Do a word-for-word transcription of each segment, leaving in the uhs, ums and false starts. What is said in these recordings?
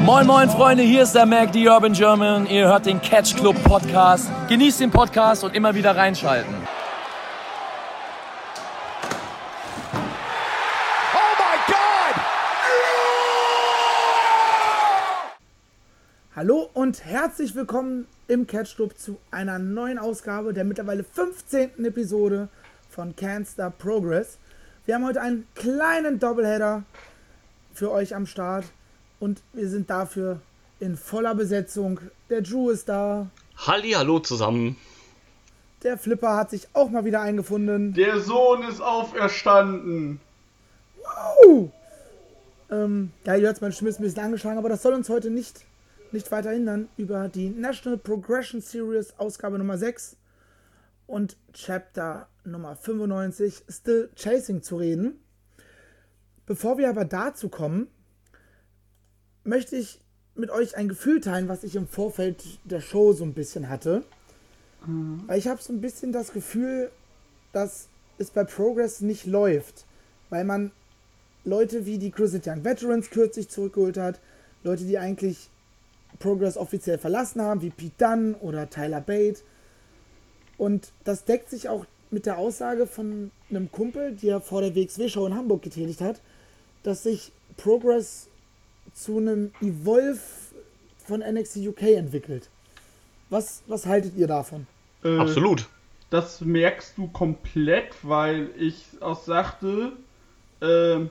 Moin moin Freunde, hier ist der Mac, die Urban German. Ihr hört den Catch Club Podcast. Genießt den Podcast und immer wieder reinschalten. Oh my God! Hallo und herzlich willkommen im Catch Club zu einer neuen Ausgabe der mittlerweile fünfzehnten Episode von Can't Stop Progress. Wir haben heute einen kleinen Doubleheader für euch am Start und wir sind dafür in voller Besetzung. Der Drew ist da. Halli, hallo zusammen. Der Flipper hat sich auch mal wieder eingefunden. Der Sohn ist auferstanden. Wow! Ähm, ja, ihr hört, meine Stimme ist ein bisschen angeschlagen, aber das soll uns heute nicht, nicht weiter hindern, über die National Progression Series Ausgabe Nummer sechs und Chapter Nummer fünfundneunzig Still Chasing zu reden. Bevor wir aber dazu kommen, möchte ich mit euch ein Gefühl teilen, was ich im Vorfeld der Show so ein bisschen hatte. Mhm. Weil ich habe so ein bisschen das Gefühl, dass es bei Progress nicht läuft. Weil man Leute wie die Cruiser Young Veterans kürzlich zurückgeholt hat, Leute, die eigentlich Progress offiziell verlassen haben, wie Pete Dunne oder Tyler Bate. Und das deckt sich auch mit der Aussage von einem Kumpel, die er vor der W X W-Show in Hamburg getätigt hat, dass sich Progress zu einem Evolve von N X T U K entwickelt. Was, was haltet ihr davon? Äh, Absolut. Das merkst du komplett, weil ich auch sagte, äh,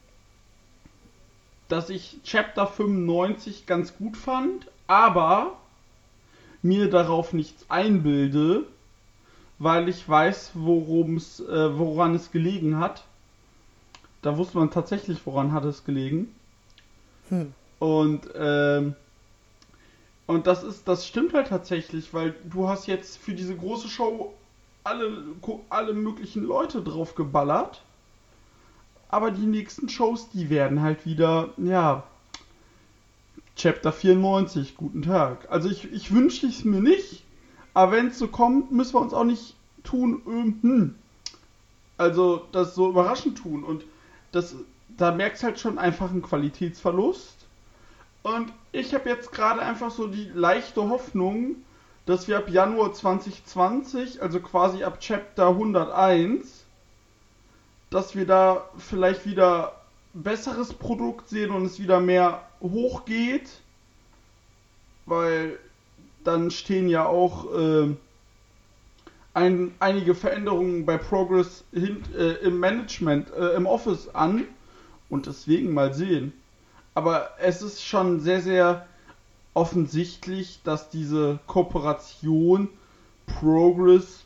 dass ich Chapter fünfundneunzig ganz gut fand, aber mir darauf nichts einbilde, weil ich weiß, worum's, äh, woran es gelegen hat. Da wusste man tatsächlich, woran hat es gelegen. Hm. Und, ähm, und das ist, das stimmt halt tatsächlich, weil du hast jetzt für diese große Show alle, alle möglichen Leute drauf geballert. Aber die nächsten Shows, die werden halt wieder, ja, Chapter vierundneunzig, guten Tag. Also ich, ich wünsche es mir nicht, aber wenn es so kommt, müssen wir uns auch nicht tun, ähm, hm. Also das so überraschend tun. Und das, da merkst halt schon einfach einen Qualitätsverlust. Und ich habe jetzt gerade einfach so die leichte Hoffnung, dass wir ab Januar zwanzig zwanzig, also quasi ab Chapter hunderteins, dass wir da vielleicht wieder besseres Produkt sehen und es wieder mehr hochgeht. Weil dann stehen ja auch äh, ein, einige Veränderungen bei Progress hin, äh, im Management, äh, im Office an. Und deswegen mal sehen. Aber es ist schon sehr, sehr offensichtlich, dass diese Kooperation Progress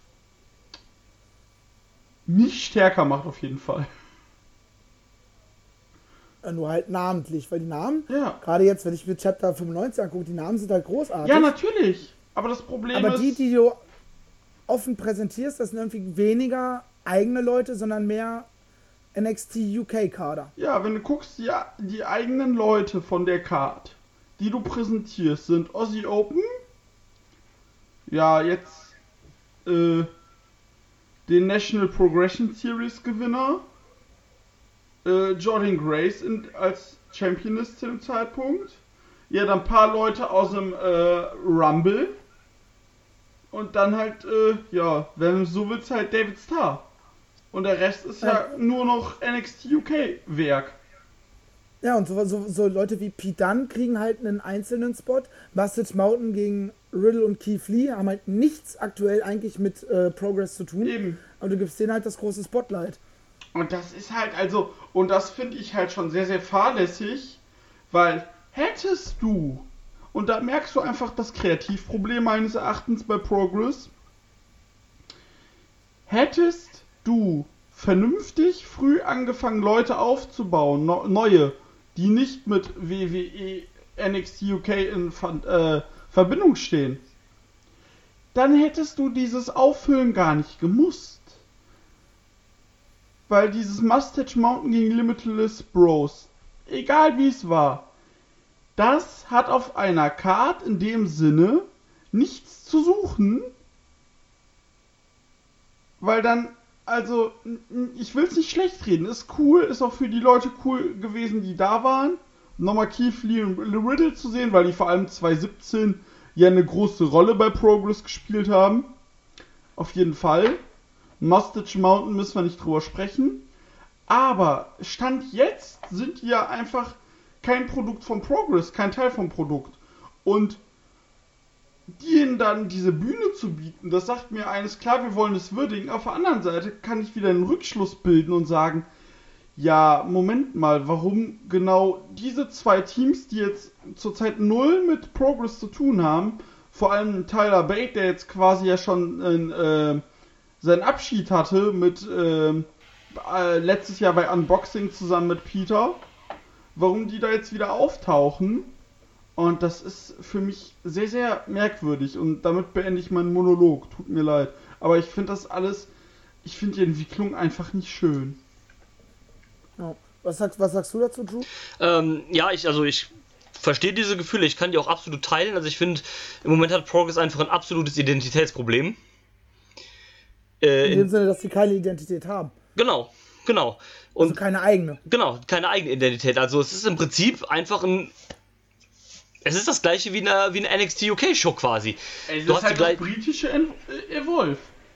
nicht stärker macht, auf jeden Fall. Ja, nur halt namentlich, weil die Namen, ja. Gerade jetzt, wenn ich mir Chapter fünfundneunzig angucke, die Namen sind halt großartig. Ja, natürlich. Aber das Problem Aber ist... die, die du offen präsentierst, das sind irgendwie weniger eigene Leute, sondern mehr N X T U K-Kader. Ja, wenn du guckst, die, die eigenen Leute von der Card, die du präsentierst, sind Aussie Open, ja, jetzt äh, den National Progression Series Gewinner, äh, Jordan Grace in, als Championess zu dem Zeitpunkt, ja, dann ein paar Leute aus dem äh, Rumble und dann halt, äh, ja, wenn du so willst, halt David Starr. Und der Rest ist ja, ja nur noch N X T U K-Werk. Ja, und so, so, so Leute wie Pete Dunne kriegen halt einen einzelnen Spot. Bastage Mountain gegen Riddle und Keith Lee haben halt nichts aktuell eigentlich mit äh, Progress zu tun. Eben. Aber du gibst denen halt das große Spotlight. Und das ist halt, also, und das finde ich halt schon sehr, sehr fahrlässig, weil hättest du, und da merkst du einfach das Kreativproblem meines Erachtens bei Progress, hättest du vernünftig früh angefangen, Leute aufzubauen, no, neue, die nicht mit W W E N X T U K in äh, Verbindung stehen, dann hättest du dieses Auffüllen gar nicht gemusst. Weil dieses Mustache Mountain gegen Limitless Bros, egal wie es war, das hat auf einer Card in dem Sinne nichts zu suchen, weil dann, also, ich will es nicht schlecht reden, ist cool, ist auch für die Leute cool gewesen, die da waren, nochmal Keith Lee und Riddle zu sehen, weil die vor allem zwanzig siebzehn ja eine große Rolle bei Progress gespielt haben. Auf jeden Fall. Mustache Mountain müssen wir nicht drüber sprechen. Aber Stand jetzt sind die ja einfach kein Produkt von Progress, kein Teil vom Produkt. Und denen dann diese Bühne zu bieten, das sagt mir eines klar, wir wollen es würdigen. Auf der anderen Seite kann ich wieder einen Rückschluss bilden und sagen, ja, Moment mal, warum genau diese zwei Teams, die jetzt zurzeit null mit Progress zu tun haben, vor allem Tyler Bate, der jetzt quasi ja schon äh, seinen Abschied hatte mit äh, äh, letztes Jahr bei Unboxing zusammen mit Peter, warum die da jetzt wieder auftauchen. Und das ist für mich sehr, sehr merkwürdig. Und damit beende ich meinen Monolog. Tut mir leid. Aber ich finde das alles, ich finde die Entwicklung einfach nicht schön. Ja. Was sagst, was sagst du dazu, Drew? Ähm, ja, ich, also ich verstehe diese Gefühle, ich kann die auch absolut teilen. Also ich finde, im Moment hat Progress einfach ein absolutes Identitätsproblem. Äh, in dem Sinne, dass sie keine Identität haben. Genau, genau. Und also keine eigene. Genau, keine eigene Identität. Also es ist im Prinzip einfach ein... Es ist das gleiche wie eine, wie eine N X T U K Show quasi. Es du ist hast halt die gleich... das britische Evolve.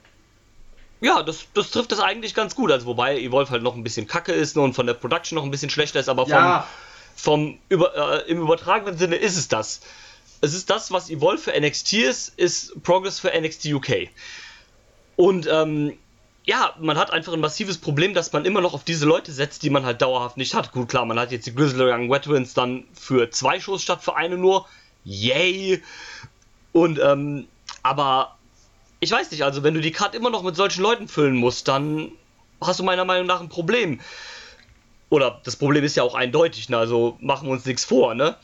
Ja, das, das trifft das eigentlich ganz gut. Also wobei Evolve halt noch ein bisschen kacke ist und von der Production noch ein bisschen schlechter ist, aber vom, ja. vom über, äh, im übertragenen Sinne ist es das. Es ist das, was Evolve für N X T ist, ist Progress für N X T U K. Und ähm, ja, man hat einfach ein massives Problem, dass man immer noch auf diese Leute setzt, die man halt dauerhaft nicht hat. Gut, klar, man hat jetzt die Grizzly Young Veterans dann für zwei Shows statt für eine nur. Yay! Und, ähm, aber ich weiß nicht, also wenn du die Card immer noch mit solchen Leuten füllen musst, dann hast du meiner Meinung nach ein Problem. Oder das Problem ist ja auch eindeutig, ne? Also machen wir uns nichts vor, ne?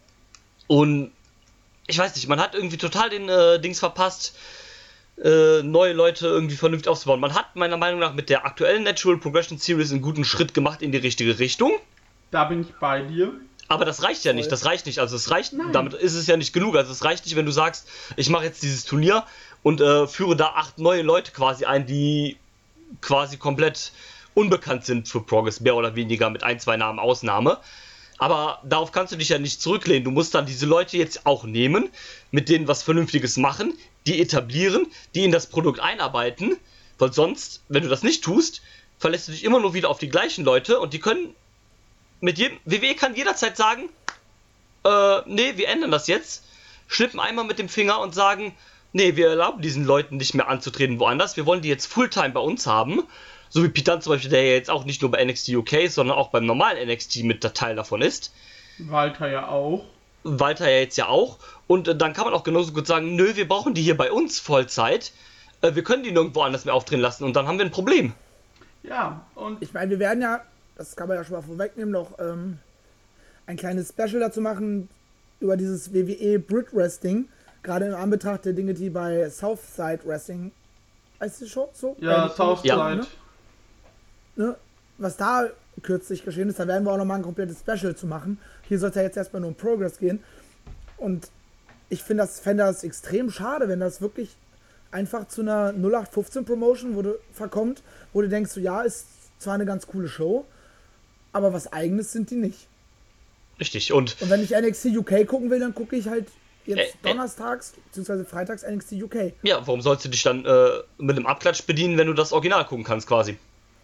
Und ich weiß nicht, man hat irgendwie total den äh, Dings verpasst, Äh, neue Leute irgendwie vernünftig aufzubauen. Man hat meiner Meinung nach mit der aktuellen Natural Progression Series einen guten Schritt gemacht in die richtige Richtung. Da bin ich bei dir. Aber das reicht ja nicht, das reicht nicht. Also es reicht, Nein. damit ist es ja nicht genug. Also es reicht nicht, wenn du sagst, ich mache jetzt dieses Turnier und äh, führe da acht neue Leute quasi ein, die quasi komplett unbekannt sind für Progress, mehr oder weniger mit ein, zwei Namen Ausnahme. Aber darauf kannst du dich ja nicht zurücklehnen. Du musst dann diese Leute jetzt auch nehmen, mit denen was Vernünftiges machen, die etablieren, die in das Produkt einarbeiten, weil sonst, wenn du das nicht tust, verlässt du dich immer nur wieder auf die gleichen Leute und die können mit jedem, W W E kann jederzeit sagen, äh, nee, wir ändern das jetzt, schnippen einmal mit dem Finger und sagen, nee, wir erlauben diesen Leuten nicht mehr anzutreten woanders, wir wollen die jetzt Fulltime bei uns haben, so wie Pete Dunne zum Beispiel, der ja jetzt auch nicht nur bei N X T U K, sondern auch beim normalen N X T mit der Teil davon ist. Walter ja auch. Walter ja jetzt ja auch. Und äh, dann kann man auch genauso gut sagen, nö, wir brauchen die hier bei uns Vollzeit. Äh, wir können die nirgendwo anders mehr auftreten lassen und dann haben wir ein Problem. Ja, und... Ich meine, wir werden ja, das kann man ja schon mal vorwegnehmen, noch ähm, ein kleines Special dazu machen über dieses W W E Brit Wrestling. Gerade in Anbetracht der Dinge, die bei Southside Wrestling, heißt die schon so? Ja, Southside. Ja. Ne? Ne? Was da kürzlich geschehen ist, da werden wir auch nochmal ein komplettes Special zu machen. Hier soll es ja jetzt erstmal nur um Progress gehen. Und ich finde das, fände das extrem schade, wenn das wirklich einfach zu einer null acht fünfzehn Promotion wurde, verkommt, wo du denkst, so, ja, ist zwar eine ganz coole Show, aber was Eigenes sind die nicht. Richtig, und... Und wenn ich N X T U K gucken will, dann gucke ich halt jetzt äh, donnerstags, beziehungsweise freitags N X T U K. Ja, warum sollst du dich dann äh, mit einem Abklatsch bedienen, wenn du das Original gucken kannst, quasi?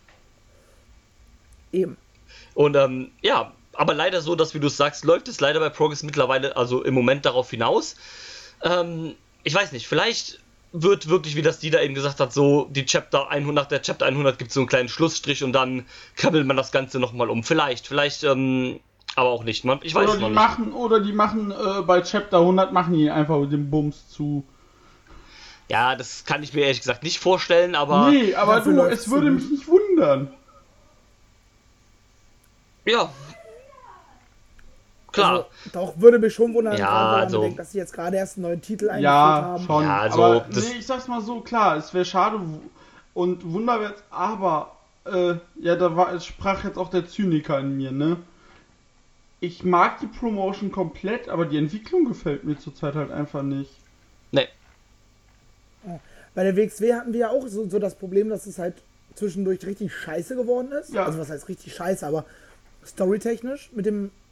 Eben. Und ähm, ja, aber leider so, dass, wie du es sagst, läuft es leider bei Progress mittlerweile, also im Moment darauf hinaus. Ähm, ich weiß nicht, vielleicht wird wirklich, wie das die da eben gesagt hat, so die Chapter hundert, nach der Chapter hundert gibt es so einen kleinen Schlussstrich und dann krabbelt man das Ganze nochmal um. Vielleicht, vielleicht, ähm, aber auch nicht. Man, ich weiß oder es noch die nicht. machen, oder die machen äh, bei Chapter hundert, machen die einfach mit dem Bums zu. Ja, das kann ich mir ehrlich gesagt nicht vorstellen, aber... Nee, aber du, es würde mich nicht wundern. Ja. Klar. Also, doch, würde mich schon wundern, Ja, gerade, wenn man also- bedenkt, dass sie jetzt gerade erst einen neuen Titel eingeführt Ja, haben. schon. Ja, also, aber das- nee, ich sag's mal so, klar, es wäre schade und wunderwert, aber äh, ja, da war, es sprach jetzt auch der Zyniker in mir, ne? Ich mag die Promotion komplett, aber die Entwicklung gefällt mir zurzeit halt einfach nicht. Nee. Bei der W X W hatten wir ja auch so, so das Problem, dass es halt zwischendurch richtig scheiße geworden ist. Ja. Also was heißt richtig scheiße, aber storytechnisch mit dem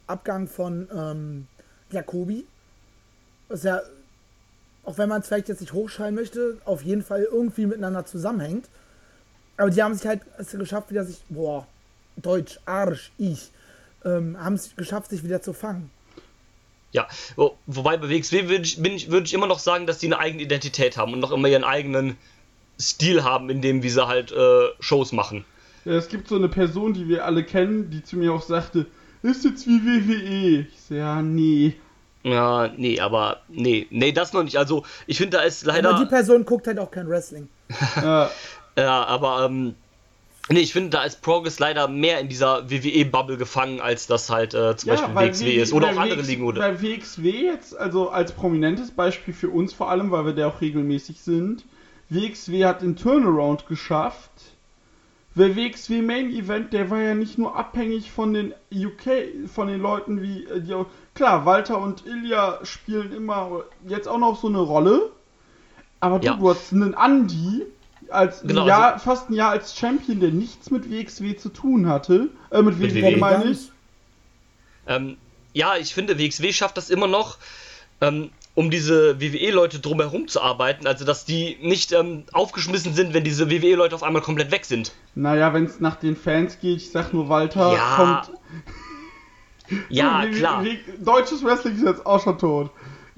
Abgang von ähm, Jacobi, was ja, auch wenn man es vielleicht jetzt nicht hochschreien möchte, auf jeden Fall irgendwie miteinander zusammenhängt. Aber die haben sich halt es geschafft, wieder sich, boah, Deutsch, Arsch, ich, ähm, haben es geschafft, sich wieder zu fangen. Ja, wo, wobei bei W X W würde ich, ich, würd ich immer noch sagen, dass die eine eigene Identität haben und noch immer ihren eigenen Stil haben, in dem wie sie halt äh, Shows machen. Ja, es gibt so eine Person, die wir alle kennen, die zu mir auch sagte, ist jetzt wie W W E. Ich so, ja, nee. Ja, nee, aber nee, nee, das noch nicht. Also, ich finde, da ist leider... Aber die Person guckt halt auch kein Wrestling. Ja, ja, aber, ähm, nee, ich finde, da ist Progress leider mehr in dieser W W E-Bubble gefangen, als das halt äh, zum ja, Beispiel weil W X W ist. Oder auch andere Ligen, oder? Bei W X W jetzt, also als prominentes Beispiel für uns vor allem, weil wir da auch regelmäßig sind, W X W hat den Turnaround geschafft. Der W X W Main Event, der war ja nicht nur abhängig von den U K, von den Leuten wie, die auch, klar, Walter und Ilja spielen immer jetzt auch noch so eine Rolle, aber du, Ja. du hast einen Andy, als Genau, ein Jahr, also- fast ein Jahr als Champion, der nichts mit W X W zu tun hatte, äh, mit, Mit W W W W E. meine ich. Ähm, ja, ich finde, W X W schafft das immer noch, ähm, um diese W W E-Leute drumherum zu arbeiten, also dass die nicht ähm, aufgeschmissen sind, wenn diese W W E-Leute auf einmal komplett weg sind. Naja, wenn es nach den Fans geht, ich sag nur Walter, Ja, kommt... Ja, W- W- klar. W- Deutsches Wrestling ist jetzt auch schon tot.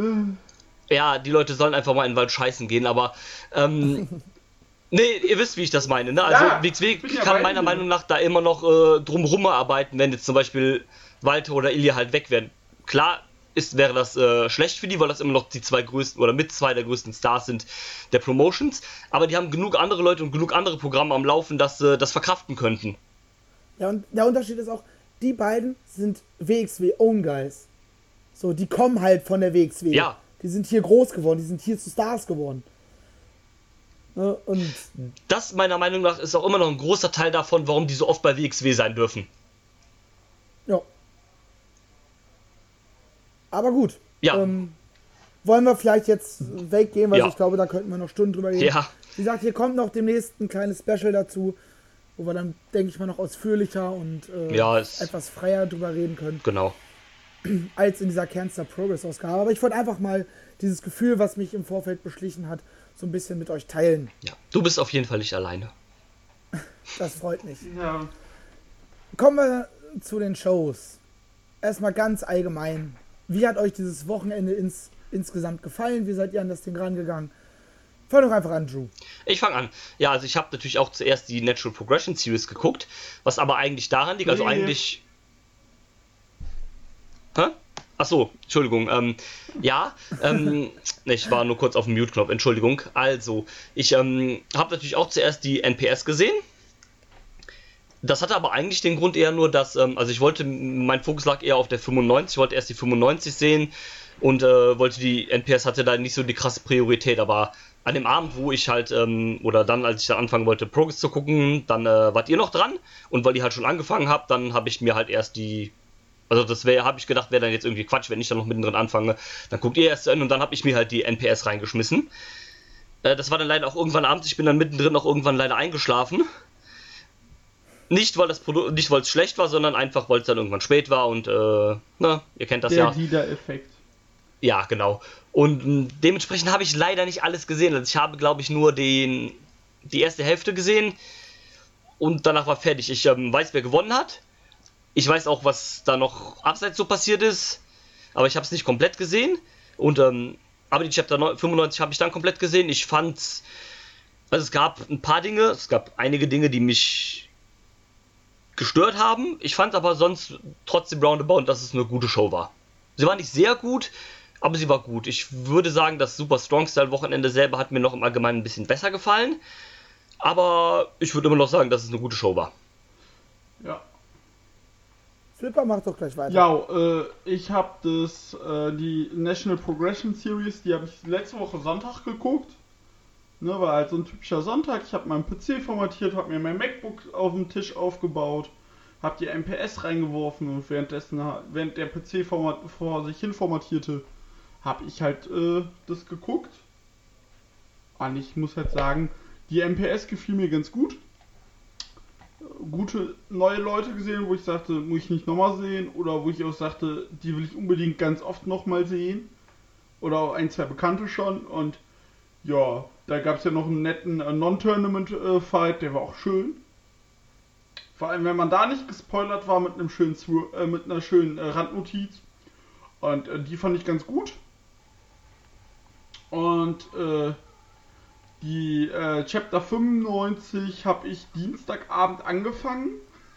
Ja, die Leute sollen einfach mal in den Wald scheißen gehen, aber ähm, nee, ihr wisst, wie ich das meine, ne? Also Ja, W X W ich bin ja kann bei meiner dir. Meinung nach da immer noch äh, drumherum arbeiten, wenn jetzt zum Beispiel Walter oder Ilja halt weg wären. Klar ist, wäre das äh, schlecht für die, weil das immer noch die zwei größten oder mit zwei der größten Stars sind der Promotions, aber die haben genug andere Leute und genug andere Programme am Laufen, dass äh, das verkraften könnten. Ja, und der Unterschied ist auch, die beiden sind W X W Own Guys. So, die kommen halt von der W X W. Ja. Die sind hier groß geworden, die sind hier zu Stars geworden. Ne, und Das meiner Meinung nach ist auch immer noch ein großer Teil davon, warum die so oft bei W X W sein dürfen. ja. Aber gut. Ja. Ähm, wollen wir vielleicht jetzt weggehen, weil Ja. ich glaube, da könnten wir noch Stunden drüber reden. Ja. Wie gesagt, hier kommt noch demnächst ein kleines Special dazu, wo wir dann, denke ich mal, noch ausführlicher und äh, Ja, es- etwas freier drüber reden können, Genau. als in dieser Cancer Progress Ausgabe. Aber ich wollte einfach mal dieses Gefühl, was mich im Vorfeld beschlichen hat, so ein bisschen mit euch teilen. Ja. Du bist auf jeden Fall nicht alleine. Das freut mich. Ja. Kommen wir zu den Shows. Erstmal ganz allgemein. Wie hat euch dieses Wochenende ins, insgesamt gefallen? Wie seid ihr an das Ding rangegangen? Fang doch einfach an, Drew. Ich fange an. Ja, also ich habe natürlich auch zuerst die Natural Progression Series geguckt, was aber eigentlich daran liegt, also Nee. eigentlich... Hä? Achso, Entschuldigung. Ähm, ja, ähm, ne, ich war nur kurz auf dem Mute-Knopf, Entschuldigung. Also, ich ähm, habe natürlich auch zuerst die N P S gesehen. Das hatte aber eigentlich den Grund eher nur, dass, ähm, also ich wollte, mein Fokus lag eher auf der fünfundneunzig, ich wollte erst die fünfundneunzig sehen und äh, wollte die N P S hatte da nicht so die krasse Priorität, aber an dem Abend, wo ich halt, ähm, oder dann, als ich dann anfangen wollte, Progress zu gucken, dann äh, wart ihr noch dran und weil ihr halt schon angefangen habt, dann habe ich mir halt erst die, also das wäre, habe ich gedacht, wäre dann jetzt irgendwie Quatsch, wenn ich dann noch mittendrin anfange, dann guckt ihr erst zu Ende und dann habe ich mir halt die N P S reingeschmissen. Äh, das war dann leider auch irgendwann abends, ich bin dann mittendrin auch irgendwann leider eingeschlafen. Nicht, weil das Produkt, nicht weil es schlecht war, sondern einfach, weil es dann irgendwann spät war und, äh, na, ihr kennt das Der ja. Leader-Effekt. Ja, genau. Und mh, dementsprechend habe ich leider nicht alles gesehen. Also ich habe, glaube ich, nur den, die erste Hälfte gesehen und danach war fertig. Ich ähm, weiß, wer gewonnen hat. Ich weiß auch, was da noch abseits so passiert ist, aber ich habe es nicht komplett gesehen. Und, ähm, aber die Chapter fünfundneunzig habe ich dann komplett gesehen. Ich fand, also es gab ein paar Dinge, es gab einige Dinge, die mich gestört haben. Ich fand aber sonst trotzdem roundabout, dass es eine gute Show war. Sie war nicht sehr gut, aber sie war gut. Ich würde sagen, das Super Strong Style Wochenende selber hat mir noch im Allgemeinen ein bisschen besser gefallen. Aber ich würde immer noch sagen, dass es eine gute Show war. Ja. Flipper macht doch gleich weiter. Ja, äh, ich habe das, äh, die National Progression Series, die habe ich letzte Woche Sonntag geguckt. Ne, war halt so ein typischer Sonntag. Ich habe meinen P C formatiert, habe mir mein MacBook auf dem Tisch aufgebaut, habe die N P S reingeworfen und währenddessen, während der P C format, vor sich hin formatierte, habe ich halt äh, das geguckt. Und ich muss halt sagen, die N P S gefiel mir ganz gut. gute neue Leute gesehen, wo ich sagte, muss ich nicht nochmal sehen. Oder wo ich auch sagte, die will ich unbedingt ganz oft nochmal sehen. Oder auch ein, zwei Bekannte schon. Und ja, da gab es ja noch einen netten äh, Non-Tournament-Fight, der war auch schön. Vor allem, wenn man da nicht gespoilert war mit einem schönen äh, mit einer schönen äh, Randnotiz. Und äh, die fand ich ganz gut. Und äh, die äh, Chapter fünfundneunzig habe ich Dienstagabend angefangen.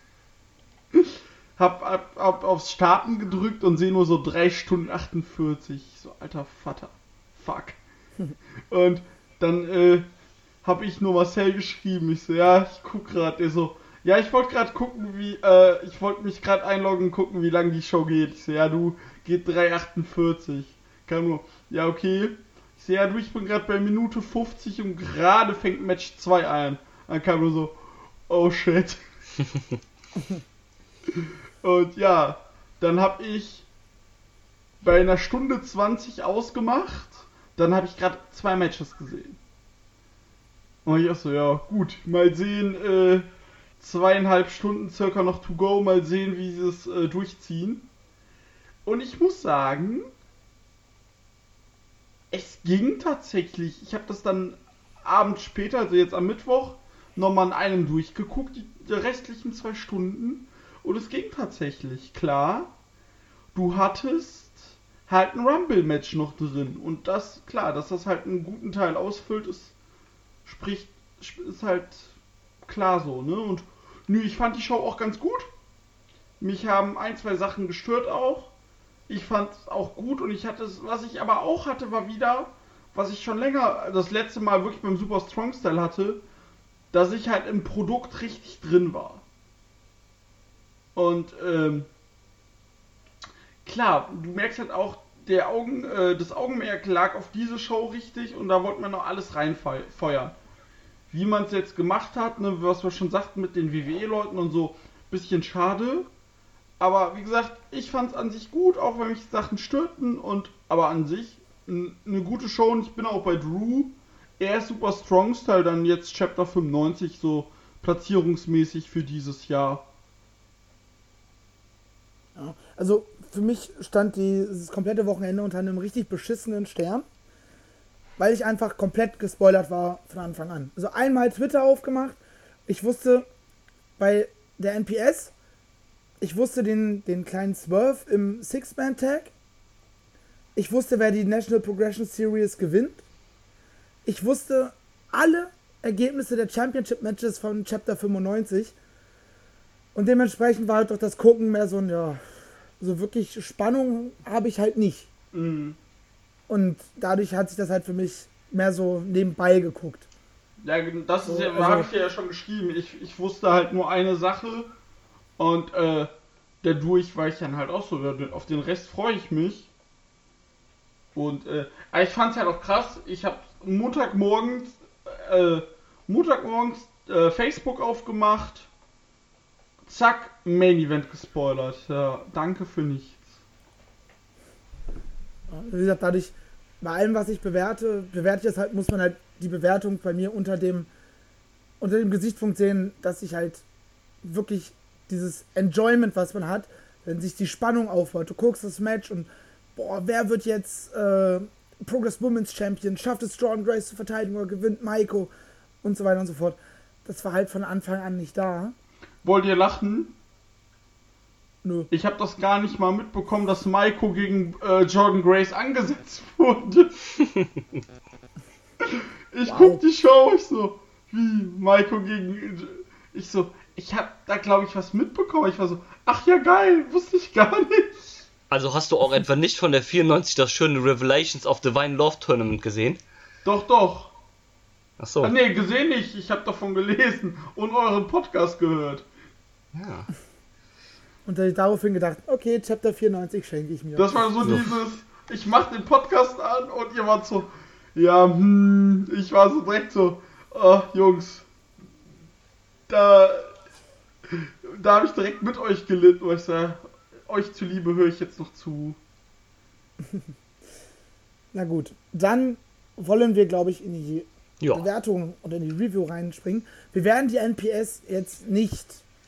hab, hab, hab aufs Starten gedrückt und sehe nur so drei Stunden achtundvierzig. So, alter Vater. Fuck. Und dann äh, habe ich nur Marcel geschrieben. Ich so, ja, ich guck gerade. Der so, ja, ich wollte gerade gucken, wie, äh, ich wollte mich gerade einloggen und gucken, wie lange die Show geht. Ich so, ja, du, geht drei achtundvierzig. Kam nur, ja, okay. Ich so, ja, du, ich bin gerade bei Minute fünfzig und gerade fängt Match zwei an. Dann kam nur so, oh shit. Und ja, dann habe ich bei einer Stunde zwanzig ausgemacht. Dann habe ich gerade zwei Matches gesehen. Und ich auch so, ja, gut, mal sehen, äh, zweieinhalb Stunden circa noch to go, mal sehen, wie sie es äh, durchziehen. Und ich muss sagen, es ging tatsächlich. Ich habe das dann abends später, also jetzt am Mittwoch, nochmal an einem durchgeguckt, die, die restlichen zwei Stunden. Und es ging tatsächlich. Klar, du hattest halt ein Rumble-Match noch drin. Und das, klar, dass das halt einen guten Teil ausfüllt, ist, spricht, ist halt klar so, ne? Und nö, ich fand die Show auch ganz gut. Mich haben ein, zwei Sachen gestört auch. Ich fand es auch gut und ich hatte es, was ich aber auch hatte, war wieder, was ich schon länger, das letzte Mal wirklich beim Super Strong Style hatte, dass ich halt im Produkt richtig drin war. Und, ähm, klar, du merkst halt auch, der Augen, äh, das Augenmerk lag auf diese Show richtig und da wollte man noch alles reinfeuern. Wie man es jetzt gemacht hat, ne, was wir schon sagten mit den W W E-Leuten und so, bisschen schade. Aber wie gesagt, ich fand es an sich gut, auch wenn mich Sachen störten. Und aber an sich n- eine gute Show und ich bin auch bei Drew. Er ist Super Strong Style, dann jetzt Chapter fünfundneunzig so platzierungsmäßig für dieses Jahr. Ja, also für mich stand dieses komplette Wochenende unter einem richtig beschissenen Stern, weil ich einfach komplett gespoilert war von Anfang an. Also einmal Twitter aufgemacht, ich wusste bei der N P S, ich wusste den, den kleinen Swerve im Six-Man-Tag, ich wusste, wer die National Progression Series gewinnt, ich wusste alle Ergebnisse der Championship-Matches von Chapter fünfundneunzig und dementsprechend war halt doch das Gucken mehr so ein, ja, so wirklich Spannung habe ich halt nicht. Mhm. Und dadurch hat sich das halt für mich mehr so nebenbei geguckt. Ja, das ist So, ja, also- habe ich dir ja schon geschrieben. Ich, ich wusste halt nur eine Sache und äh, dadurch war ich dann halt auch so, auf den Rest freue ich mich. Und äh, aber ich fand es halt auch krass. Ich habe Montagmorgens, äh, Montagmorgens äh, Facebook aufgemacht, zack, Main Event gespoilert. Ja, danke für nichts. Wie gesagt, dadurch, bei allem, was ich bewerte, bewerte ich das halt, muss man halt die Bewertung bei mir unter dem, unter dem Gesichtspunkt sehen, dass ich halt wirklich dieses Enjoyment, was man hat, wenn sich die Spannung aufbaut. Du guckst das Match und, boah, wer wird jetzt äh, Progress Women's Champion? Schafft es Jordan Grace zu verteidigen oder gewinnt Maiko? Und so weiter und so fort. Das war halt von Anfang an nicht da. Wollt ihr lachen? Nö. Ich habe das gar nicht mal mitbekommen, dass Maiko gegen äh, Jordan Grace angesetzt wurde. Ich Wow. guck die Show, ich so, wie Maiko gegen... Ich so, ich hab da glaube ich was mitbekommen. Ich war so, ach ja geil, wusste ich gar nicht. Also hast du auch etwa nicht von der vierundneunzig das schöne Revelations of Divine Love Tournament gesehen? Doch, doch. Ach so. Ah, nee, gesehen nicht. Ich habe davon gelesen und euren Podcast gehört. Ja. Und da hab ich daraufhin gedacht, okay, Chapter vierundneunzig schenke ich mir. Das war so dieses, ich mach den Podcast an und ihr wart so, ja, hm, ich war so direkt so, oh, Jungs, da, da habe ich direkt mit euch gelitten, weil ich sage, euch zuliebe höre ich jetzt noch zu. Na gut, dann wollen wir, glaube ich, in die Ja. Bewertung und in die Review reinspringen. Wir werden die N P S jetzt nicht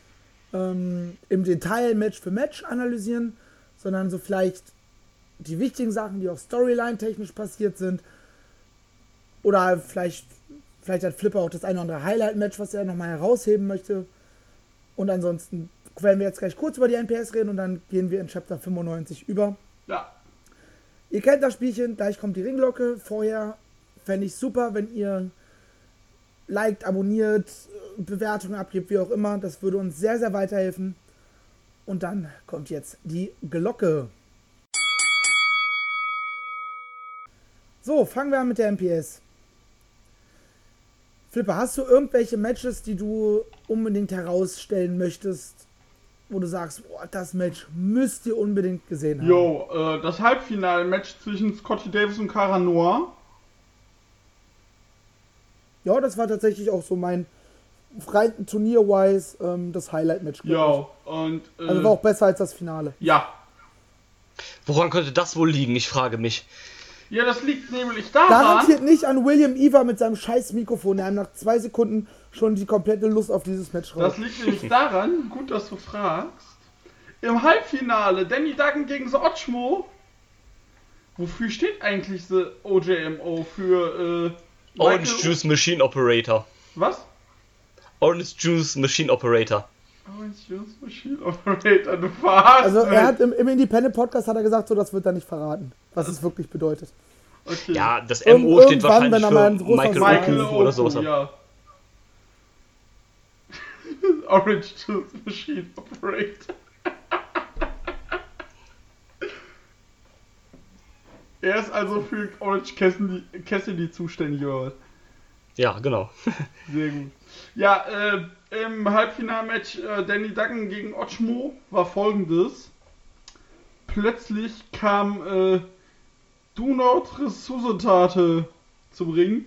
ähm, im Detail Match für Match analysieren, sondern so vielleicht die wichtigen Sachen, die auch Storyline-technisch passiert sind. Oder vielleicht, vielleicht hat Flipper auch das eine oder andere Highlight-Match, was er nochmal herausheben möchte. Und ansonsten werden wir jetzt gleich kurz über die N P S reden und dann gehen wir in Chapter fünfundneunzig über. Ja. Ihr kennt das Spielchen, gleich kommt die Ringglocke. Vorher fände ich super, wenn ihr liked, abonniert, Bewertungen abgibt, wie auch immer. Das würde uns sehr, sehr weiterhelfen. Und dann kommt jetzt die Glocke. So, fangen wir an mit der N P S. Flipper, hast du irgendwelche Matches, die du unbedingt herausstellen möchtest, wo du sagst, boah, das Match müsst ihr unbedingt gesehen haben? Jo, äh, das Halbfinal-Match zwischen Scotty Davis und Cara Noir. Ja, das war tatsächlich auch so mein rein Turnier-wise ähm, das Highlight-Match. Ja, und... Äh, also war auch besser als das Finale. Ja. Woran könnte das wohl liegen? Ich frage mich. Ja, das liegt nämlich daran... Garantiert nicht an William Eva mit seinem scheiß Mikrofon, der einem nach zwei Sekunden schon die komplette Lust auf dieses Match raubt. Das liegt nämlich daran, gut, dass du fragst, im Halbfinale Danny Duggan gegen The Ochmo. Wofür steht eigentlich The O J M O? Für, äh... Orange Michael- Juice Machine Operator. Was? Orange Juice Machine Operator. Orange Juice Machine Operator, du verarschst Also er mich. hat im, im Independent-Podcast hat er gesagt, so das wird er nicht verraten, was es wirklich bedeutet. Okay. Ja, das M O steht Irgendwann, wahrscheinlich wenn er mal ein für großer Michael, Michael Michael Oku oder sowas. Oku, ja. Orange Juice Machine Operator. Er ist also für Orange Cassidy, Cassidy zuständig, oder was? Ja, genau. Sehr gut. Ja, äh, im Halbfinalmatch äh, Danny Duggan gegen Ochmo war folgendes. Plötzlich kam äh, Do Not Resuscitate zum Ring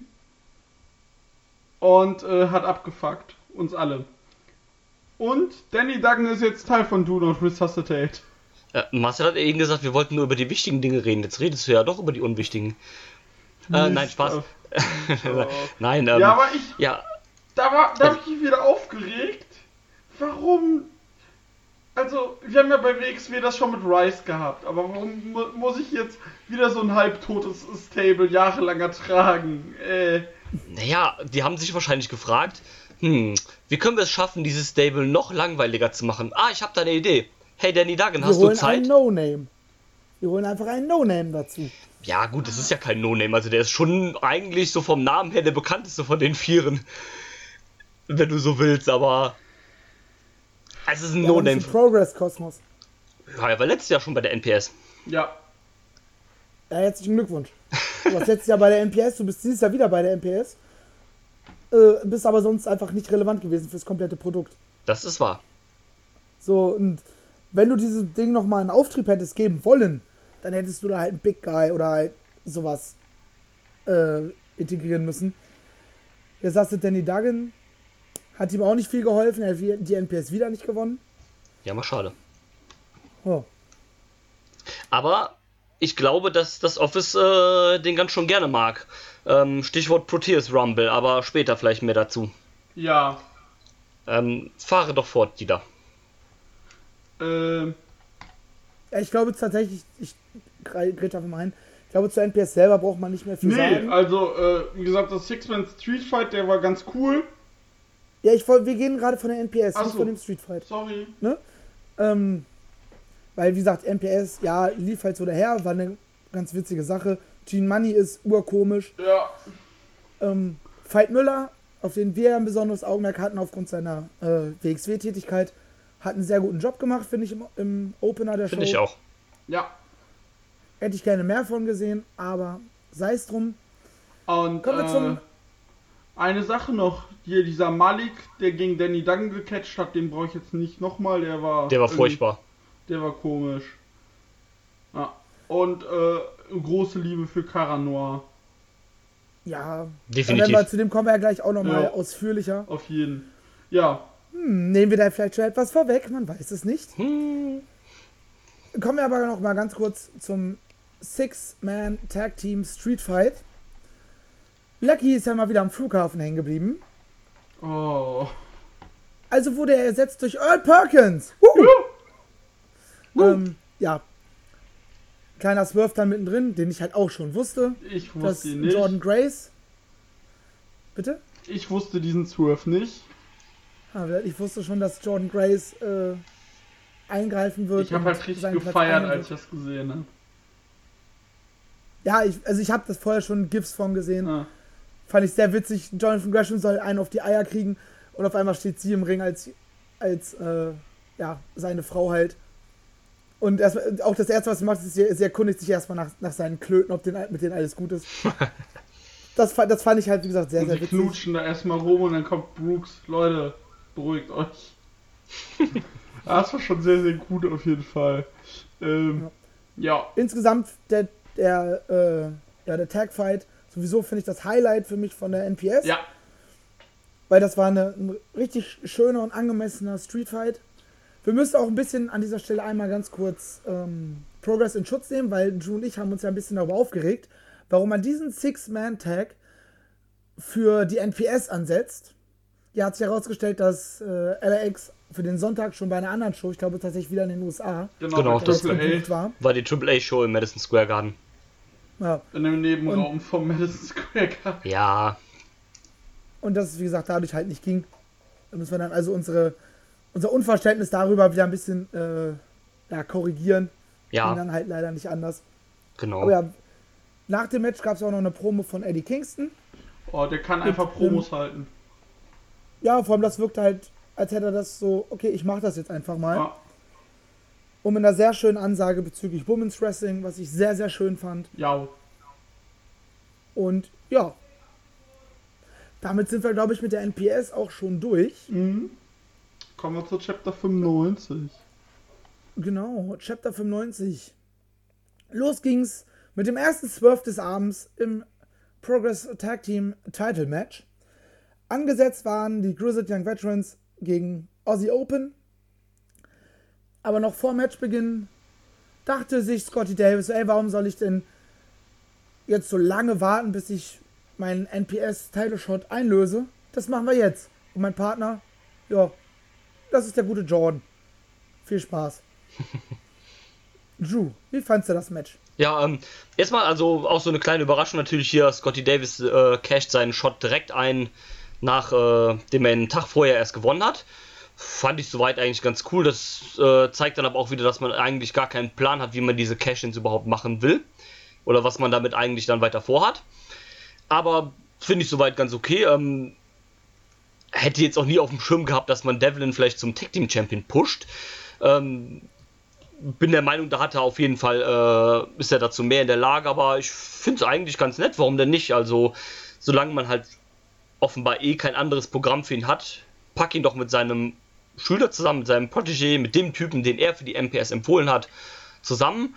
und äh, hat abgefuckt. Uns alle. Und Danny Duggan ist jetzt Teil von Do Not Resuscitate. Äh, Marcel hat eben gesagt, wir wollten nur über die wichtigen Dinge reden. Jetzt redest du ja doch über die unwichtigen. Äh, nein, Spaß. Nein, ähm, Ja, aber ich, ja, da war, da hab ich mich wieder aufgeregt. Warum? Also, wir haben ja bei W X W das schon mit Rice gehabt, aber warum mu muss ich jetzt wieder so ein halbtotes Stable jahrelang ertragen? Äh, naja, die haben sich wahrscheinlich gefragt, hm, wie können wir es schaffen, dieses Stable noch langweiliger zu machen? Ah, ich habe da eine Idee. Hey Danny Duggan, Wir hast du holen einen Zeit? No-Name. Wir holen einfach einen No-Name dazu. Ja gut, das ist ja kein No-Name, also der ist schon eigentlich so vom Namen her der bekannteste von den Vieren. Wenn du so willst, aber... Es ist ein Ja, No-Name. Progress-Kosmos. Ja, er war letztes Jahr schon bei der N P S. ja. Ja, herzlichen Glückwunsch. Du warst letztes Jahr bei der N P S, du bist dieses Jahr wieder bei der N P S. Äh, bist aber sonst einfach nicht relevant gewesen fürs komplette Produkt. Das ist wahr. So, und wenn du dieses Ding nochmal einen Auftrieb hättest geben wollen, dann hättest du da halt einen Big Guy oder halt sowas äh, integrieren müssen. Jetzt hast du Danny Duggan, hat ihm auch nicht viel geholfen, er hat die N P S wieder nicht gewonnen. Ja, mal schade. Oh. Aber ich glaube, dass das Office äh, den ganz schon gerne mag. Ähm, Stichwort Proteus Rumble, aber später vielleicht mehr dazu. Ja. Ähm, fahre doch fort, Dieter. Äh, Ja, ich glaube tatsächlich, ich rede einfach mal ein, ich glaube zur N P S selber braucht man nicht mehr viel nee, sagen. also, äh, wie gesagt, das Six-Man Street Fight, der war ganz cool. Ja, ich wollte, wir gehen gerade von der N P S, Ach nicht so. von dem Street Fight. Sorry. Ne? Ähm, weil, wie gesagt, N P S, ja, lief halt so daher, war eine ganz witzige Sache. Gene Money ist urkomisch. Ja. Ähm, Veit Müller, auf den wir ein besonderes Augenmerk hatten aufgrund seiner äh, W X W-Tätigkeit, hat einen sehr guten Job gemacht, finde ich, im, im Opener der Show. Finde ich auch. Ja. Hätte ich gerne mehr von gesehen, aber sei es drum. Und, Kommen wir äh, zum- eine Sache noch. Hier, dieser Malik, der gegen Danny Duggan gecatcht hat, den brauche ich jetzt nicht nochmal. Der war... Der war irgendwie- furchtbar. Der war komisch. Ja. Und, äh, große Liebe für Cara Noir. Ja, Definitiv. Dann werden wir, zu dem kommen wir ja gleich auch nochmal Ja. ausführlicher. Auf jeden. Ja. Hm, nehmen wir da vielleicht schon etwas vorweg, man weiß es nicht. Hm. Kommen wir aber noch mal ganz kurz zum Six-Man Tag Team Street Fight. Lucky ist ja mal wieder am Flughafen hängen geblieben. Oh. Also wurde er ersetzt durch Earl Perkins. Uh. Uh. Ähm, ja. Kleiner Swerve dann mittendrin, den ich halt auch schon wusste. Ich wusste ihn nicht. Jordan Grace. Bitte? Ich wusste diesen Swerve nicht. Ich wusste schon, dass Jordan Grace äh, eingreifen wird. Ich habe halt richtig gefeiert, als ich das gesehen habe. Ja, ich, also ich habe das vorher schon GIFs von gesehen. Ah. Fand ich sehr witzig. Jonathan Gresham soll einen auf die Eier kriegen und auf einmal steht sie im Ring als, als äh, ja, seine Frau halt. Und erst, auch das Erste, was sie macht, ist, sie, sie erkundigt sich erstmal nach, nach seinen Klöten, ob den, mit denen alles gut ist. Das, das fand ich halt, wie gesagt, sehr, und sehr sie witzig. knutschen da erstmal rum und dann kommt Brooks. Leute, beruhigt euch. Das war schon sehr, sehr gut auf jeden Fall. Ähm, ja. ja. Insgesamt der, der, äh, ja, der Tag-Fight, sowieso finde ich das Highlight für mich von der N P S. Ja. Weil das war eine, ein richtig schöner und angemessener Street-Fight. Wir müssen auch ein bisschen an dieser Stelle einmal ganz kurz ähm, Progress in Schutz nehmen, weil Drew und ich haben uns ja ein bisschen darüber aufgeregt, warum man diesen Six-Man-Tag für die N P S ansetzt. Ja, hat sich herausgestellt, dass äh, L A X für den Sonntag schon bei einer anderen Show, ich glaube tatsächlich wieder in den U S A, genau, genau das war. war die Triple A-Show im Madison Square Garden. Ja. In dem Nebenraum und, vom Madison Square Garden. Ja. Und das ist, wie gesagt, dadurch halt nicht ging. Da müssen wir dann also unsere, unser Unverständnis darüber wieder ein bisschen äh, ja, korrigieren. Ja. Ging dann halt leider nicht anders. Genau. Aber ja, nach dem Match gab es auch noch eine Promo von Eddie Kingston. Oh, der kann einfach Promos ähm, halten. Ja, vor allem das wirkte halt, als hätte er das so, okay, ich mach das jetzt einfach mal. Ja. Und mit einer sehr schönen Ansage bezüglich Women's Wrestling, was ich sehr, sehr schön fand. Ja. Und ja, damit sind wir, glaube ich, mit der N P S auch schon durch. Mhm. Kommen wir zu Chapter fünfundneunzig. Genau, Chapter fünfundneunzig. Los ging's mit dem ersten Swerve des Abends im Progress Tag Team Title Match. Angesetzt waren die Grizzled Young Veterans gegen Aussie Open. Aber noch vor Matchbeginn dachte sich Scotty Davis, ey, warum soll ich denn jetzt so lange warten, bis ich meinen N P S-Title-Shot einlöse? Das machen wir jetzt. Und mein Partner, ja, das ist der gute Jordan. Viel Spaß. Drew, wie fandst du das Match? Ja, ähm, erstmal also auch so eine kleine Überraschung natürlich hier. Scotty Davis äh, casht seinen Shot direkt ein, nachdem äh, er einen Tag vorher erst gewonnen hat. Fand ich soweit eigentlich ganz cool. Das äh, zeigt dann aber auch wieder, dass man eigentlich gar keinen Plan hat, wie man diese Cash-Ins überhaupt machen will. Oder was man damit eigentlich dann weiter vorhat. Aber finde ich soweit ganz okay. Ähm, hätte jetzt auch nie auf dem Schirm gehabt, dass man Devlin vielleicht zum Tag-Team-Champion pusht. Ähm, bin der Meinung, da hat er auf jeden Fall, äh, ist er dazu mehr in der Lage. Aber ich finde es eigentlich ganz nett. Warum denn nicht? Also, solange man halt offenbar eh kein anderes Programm für ihn hat, pack ihn doch mit seinem Schüler zusammen, mit seinem Protégé, mit dem Typen, den er für die N P S empfohlen hat, zusammen.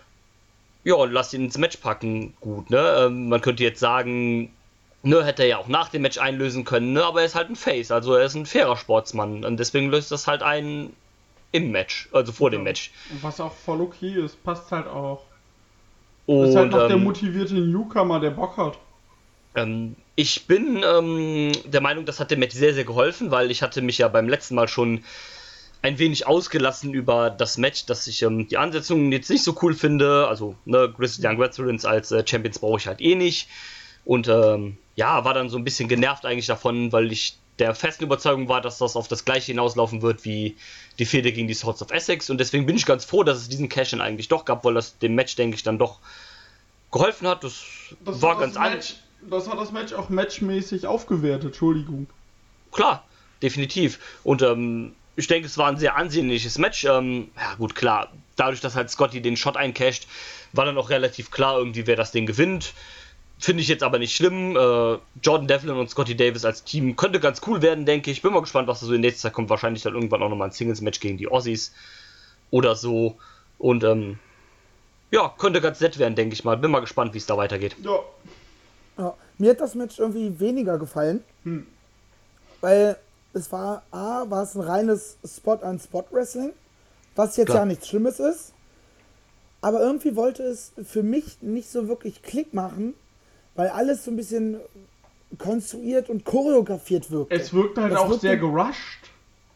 Ja, und lass ihn ins Match packen. Gut, ne? Ähm, man könnte jetzt sagen, ne, hätte er ja auch nach dem Match einlösen können, ne? Aber er ist halt ein Face, also er ist ein fairer Sportsmann. Und deswegen löst das halt ein im Match, also vor ja. dem Match. Was auch voll okay ist, passt halt auch. Und, ist halt noch ähm, der motivierte Newcomer, der Bock hat. Ähm, ich bin ähm, der Meinung, das hat dem Match sehr, sehr geholfen, weil ich hatte mich ja beim letzten Mal schon ein wenig ausgelassen über das Match, dass ich ähm, die Ansetzungen jetzt nicht so cool finde. Also, ne, Grizzled Young Veterans als äh, Champions brauche ich halt eh nicht. Und ähm, ja, war dann so ein bisschen genervt eigentlich davon, weil ich der festen Überzeugung war, dass das auf das gleiche hinauslaufen wird wie die Fehde gegen die Swords of Essex. Und deswegen bin ich ganz froh, dass es diesen Cash-In eigentlich doch gab, weil das dem Match, denke ich, dann doch geholfen hat. Das, das war das ganz Match, Das hat das Match auch matchmäßig aufgewertet, Entschuldigung. Klar, definitiv. Und ähm, ich denke, es war ein sehr ansehnliches Match. Ähm, ja gut, klar, dadurch, dass halt Scotty den Shot eincasht, war dann auch relativ klar irgendwie, wer das Ding gewinnt. Finde ich jetzt aber nicht schlimm. Äh, Jordan Devlin und Scotty Davis als Team könnte ganz cool werden, denke ich. Bin mal gespannt, was da so in nächster Zeit kommt. Wahrscheinlich dann irgendwann auch nochmal ein Singles-Match gegen die Aussies oder so. Und ähm, ja, könnte ganz nett werden, denke ich mal. Bin mal gespannt, wie es da weitergeht. Ja. Ja, mir hat das Match irgendwie weniger gefallen, hm. weil es war, A, war es ein reines Spot-on-Spot-Wrestling, was jetzt Klar. ja nichts Schlimmes ist, aber irgendwie wollte es für mich nicht so wirklich Klick machen, weil alles so ein bisschen konstruiert und choreografiert wirkt. Es wirkte halt das auch wirkte, sehr gerusht.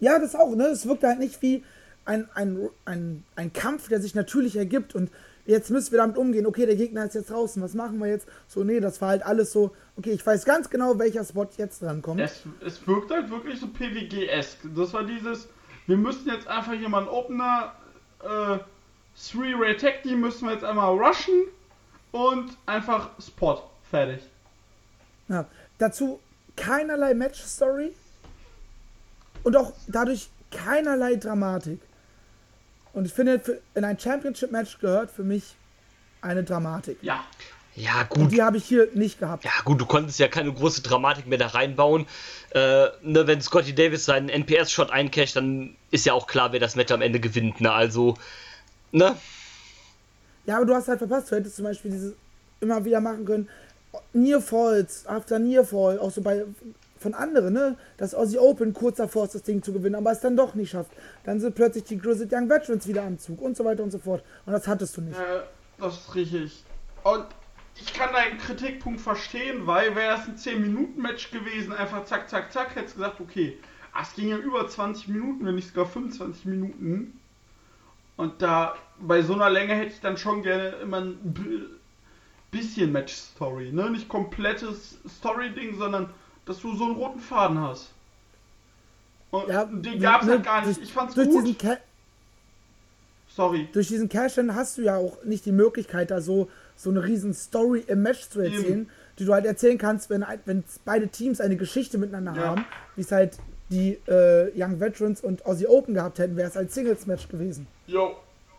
Ja, das auch, ne? Es wirkt halt nicht wie ein, ein, ein, ein Kampf, der sich natürlich ergibt und jetzt müssen wir damit umgehen. Okay, der Gegner ist jetzt draußen, was machen wir jetzt? So, nee, das war halt alles so, okay, ich weiß ganz genau, welcher Spot jetzt dran kommt. Es, es wirkt halt wirklich so P W G-esk. Das war dieses, wir müssen jetzt einfach hier mal einen Opener, äh, Three-Ray Tag Team müssen wir jetzt einmal rushen und einfach Spot. Fertig. Ja, dazu keinerlei Match-Story und auch dadurch keinerlei Dramatik. Und ich finde, für, in ein Championship-Match gehört für mich eine Dramatik. Ja. Ja, gut. Und die habe ich hier nicht gehabt. Ja, gut, du konntest ja keine große Dramatik mehr da reinbauen. Äh, ne, wenn Scotty Davis seinen N P S-Shot eincasht, dann ist ja auch klar, wer das Match am Ende gewinnt. Ne? Also, ne? Ja, aber du hast halt verpasst. Du hättest zum Beispiel dieses immer wieder machen können. Near Falls, after Near Fall, auch so bei von anderen, ne? Dass Aussie Open kurz davor ist, das Ding zu gewinnen, aber es dann doch nicht schafft. Dann sind plötzlich die Grizzled Young Veterans wieder am Zug und so weiter und so fort. Und das hattest du nicht. Äh, das ist richtig. Und ich kann deinen Kritikpunkt verstehen, weil wäre es ein zehn Minuten Match gewesen, einfach zack, zack, zack, hättest du gesagt, okay, es ging ja über zwanzig Minuten, wenn nicht sogar fünfundzwanzig Minuten. Und da, bei so einer Länge hätte ich dann schon gerne immer ein b- bisschen Match-Story, ne? Nicht komplettes Story-Ding, sondern dass du so einen roten Faden hast. Und Ja, den gab's ne, halt gar nicht. durch- Ich fand's durch gut. Diesen Ca- Sorry. durch diesen Cash-In hast du ja auch nicht die Möglichkeit, da so, so eine riesen Story im Match zu erzählen, Eben. die du halt erzählen kannst, wenn, ein- wenn beide Teams eine Geschichte miteinander Ja. haben, wie es halt die äh, Young Veterans und Aussie Open gehabt hätten, wäre es als Singles-Match gewesen. Jo.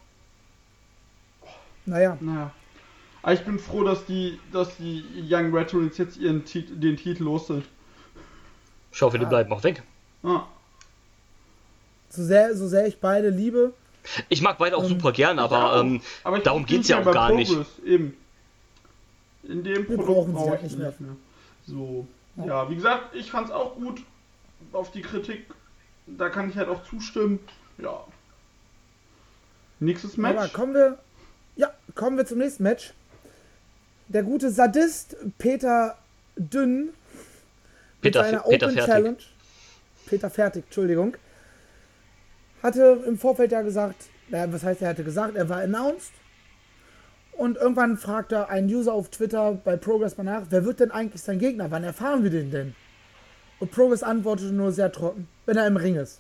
Naja, Naja. Aber ich bin froh, dass die, dass die Young Veterans jetzt ihren Tit- den Titel los sind. Ich hoffe, die bleiben auch weg. Ah. so sehr, so sehr ich beide liebe, Ich mag beide auch Ähm, super gern, aber, Ja, ähm, aber ich darum bin geht's ja hier auch bei gar nicht. Progress, Eben. In dem Wir Produkt brauchen sie brauche halt ich nicht mehr. So. Ja. Ja, wie gesagt, ich fand's auch gut. Auf die Kritik, da kann ich halt auch zustimmen. Ja. Nächstes aber Match. kommen wir, ja, kommen wir zum nächsten Match. Der gute Sadist Peter Dünn mit Peter, seiner Peter Open Fertig. Challenge, Peter Fertig, Entschuldigung, hatte im Vorfeld ja gesagt, naja, was heißt, er hatte gesagt, er war announced und irgendwann fragte ein User auf Twitter bei Progress mal nach, wer wird denn eigentlich sein Gegner, wann erfahren wir den denn? Und Progress antwortete nur sehr trocken, wenn er im Ring ist.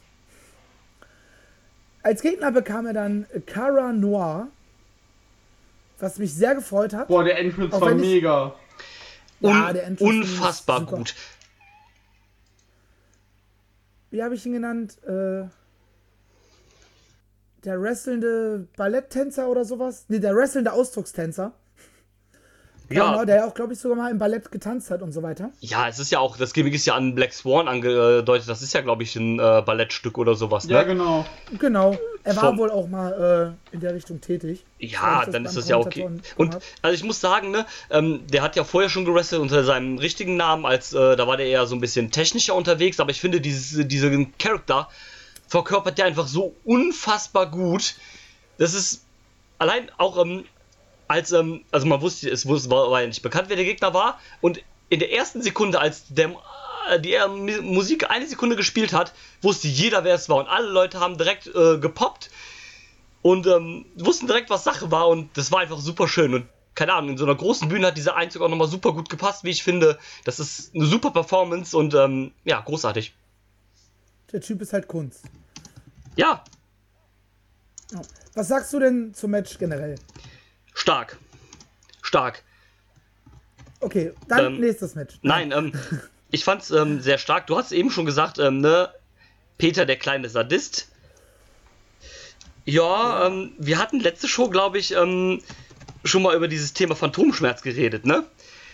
Als Gegner bekam er dann Cara Noir, was mich sehr gefreut hat. Boah, der Entrance Auch war wenn ich- mega. Ja, Un der Entrance unfassbar ist super. gut. Wie habe ich ihn genannt? Äh, der wrestlende Balletttänzer oder sowas? Ne, der wrestlende Ausdruckstänzer. Ja, genau, Ja, der ja auch, glaube ich, sogar mal im Ballett getanzt hat und so weiter. ja, es ist ja auch, das Gimmick ist ja an Black Swan angedeutet, das ist ja, glaube ich, ein äh, Ballettstück oder sowas, ne? Ja, genau. Genau, er war Vom- wohl auch mal äh, in der Richtung tätig. Ja, Ich weiß, dann dass ist beim das ja okay. Kommentatoren Und hab. also ich muss sagen, ne, ähm, der hat ja vorher schon gewrestelt unter seinem richtigen Namen, als äh, da war der eher so ein bisschen technischer unterwegs, aber ich finde, dieses, diesen Charakter verkörpert der einfach so unfassbar gut. Das ist allein auch ähm, als, ähm, also man wusste, es wusste, war, war ja nicht bekannt, wer der Gegner war, und in der ersten Sekunde, als der äh, die äh, Musik eine Sekunde gespielt hat, wusste jeder, wer es war, und alle Leute haben direkt äh, gepoppt und ähm, wussten direkt, was Sache war, und das war einfach super schön. Und keine Ahnung, in so einer großen Bühne hat dieser Einzug auch nochmal super gut gepasst, wie ich finde. Das ist eine super Performance und ähm, ja, großartig. Der Typ ist halt Kunst. Ja, Ja. Was sagst du denn zum Match generell? stark. Stark. Okay, dann Ähm, nächstes Match. Nein, ähm, ich fand's ähm, sehr stark. Du hast eben schon gesagt, ähm, ne, Peter, der kleine Sadist. Ja, ähm, wir hatten letzte Show, glaube ich, ähm, schon mal über dieses Thema Phantomschmerz geredet, ne?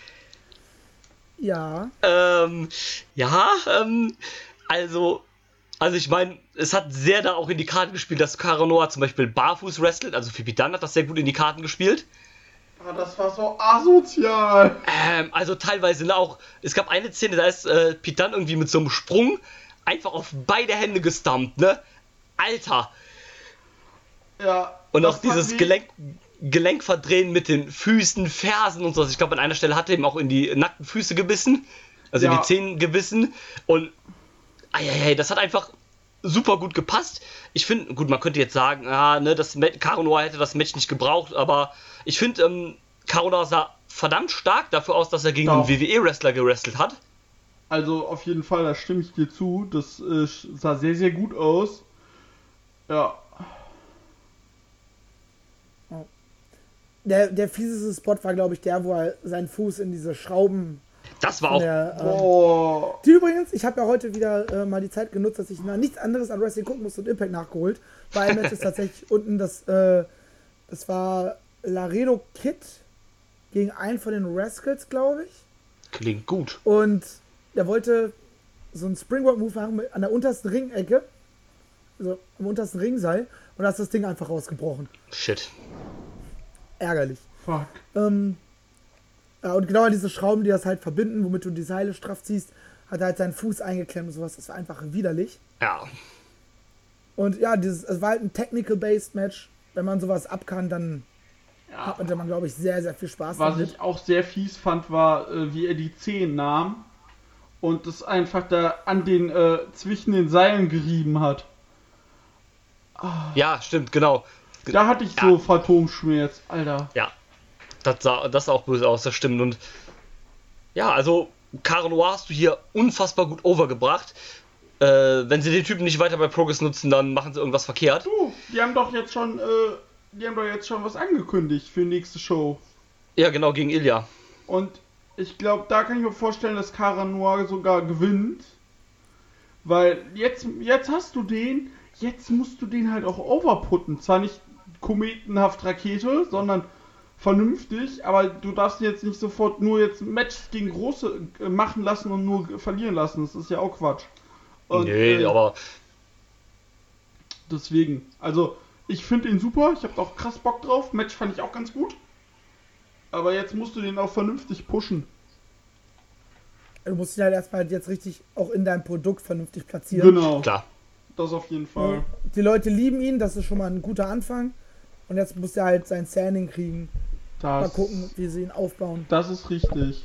Ja, Ähm, ja, ähm, also, also ich meine, es hat sehr da auch in die Karten gespielt, dass Cara Noir zum Beispiel barfuß wrestelt, also Phoebe Dunn hat das sehr gut in die Karten gespielt. Ah, das war so asozial. Ähm, also teilweise ne, auch, es gab eine Szene, da ist äh, Pete Dunne irgendwie mit so einem Sprung einfach auf beide Hände gestampt, ne? Alter! Ja. Und das auch dieses fand ich- Gelenk, Gelenkverdrehen mit den Füßen, Fersen und so. Ich glaube, an einer Stelle hat er ihm auch in die nackten Füße gebissen, also in Ja. die Zehen gebissen. Und eieiei, das hat einfach super gut gepasst. Ich finde, gut, man könnte jetzt sagen, ah, ne, das Caro Noir hätte das Match nicht gebraucht, aber ich finde, ähm, Caro Noir sah verdammt stark dafür aus, dass er gegen Doch. einen W W E-Wrestler gewrestelt hat. Also auf jeden Fall, da stimme ich dir zu. Das äh, sah sehr, sehr gut aus. Ja. Der, der fieseste Spot war, glaube ich, der, wo er seinen Fuß in diese Schrauben... Das war auch... Der, ähm, Oh. die übrigens, ich habe ja heute wieder äh, mal die Zeit genutzt, dass ich nach nichts anderes an Wrestling gucken musste und Impact nachgeholt. Bei einem Match ist tatsächlich unten das, äh, das war Laredo Kid gegen einen von den Rascals, glaube ich. Klingt gut. Und der wollte so einen Springboard-Move machen mit, an der untersten Ringecke, also am untersten Ringseil, und da ist das Ding einfach rausgebrochen. Shit. Ärgerlich. Fuck. Ähm, ja, und genau an diese Schrauben, die das halt verbinden, womit du die Seile straff ziehst, hat er halt seinen Fuß eingeklemmt und sowas. Das war einfach widerlich. Ja. Und ja, dieses, es war halt ein Technical-Based Match. Wenn man sowas ab kann, dann Ja. hat man, glaube ich, sehr, sehr viel Spaß Was damit. ich auch sehr fies fand, war, äh, wie er die Zehen nahm und das einfach da an den, äh, zwischen den Seilen gerieben hat. Ja, stimmt, genau. Da hatte ich Ja. so Phantomschmerz, Alter. Ja. Das sah, das sah auch böse aus, das stimmt. Und ja, also Caro Noir hast du hier unfassbar gut overgebracht. Äh, wenn sie den Typen nicht weiter bei Progress nutzen, dann machen sie irgendwas verkehrt. Du, die haben doch jetzt schon, äh, die haben doch jetzt schon was angekündigt für die nächste Show. Ja, genau, gegen Ilya. Und ich glaube, da kann ich mir vorstellen, dass Caro Noir sogar gewinnt. Weil jetzt, jetzt hast du den, jetzt musst du den halt auch overputten. Zwar nicht kometenhaft Rakete, sondern vernünftig, aber du darfst ihn jetzt nicht sofort nur jetzt Matches gegen Große äh, machen lassen und nur verlieren lassen. Das ist ja auch Quatsch. Und, nee, äh, aber deswegen, also ich finde ihn super, ich habe auch krass Bock drauf. Match fand ich auch ganz gut. Aber jetzt musst du den auch vernünftig pushen. Du musst ihn halt erstmal jetzt richtig auch in deinem Produkt vernünftig platzieren. Genau, klar. das auf jeden Fall. Die Leute lieben ihn, das ist schon mal ein guter Anfang. Und jetzt muss er halt sein Standing kriegen. Mal Das, gucken, wie sie ihn aufbauen. das ist richtig.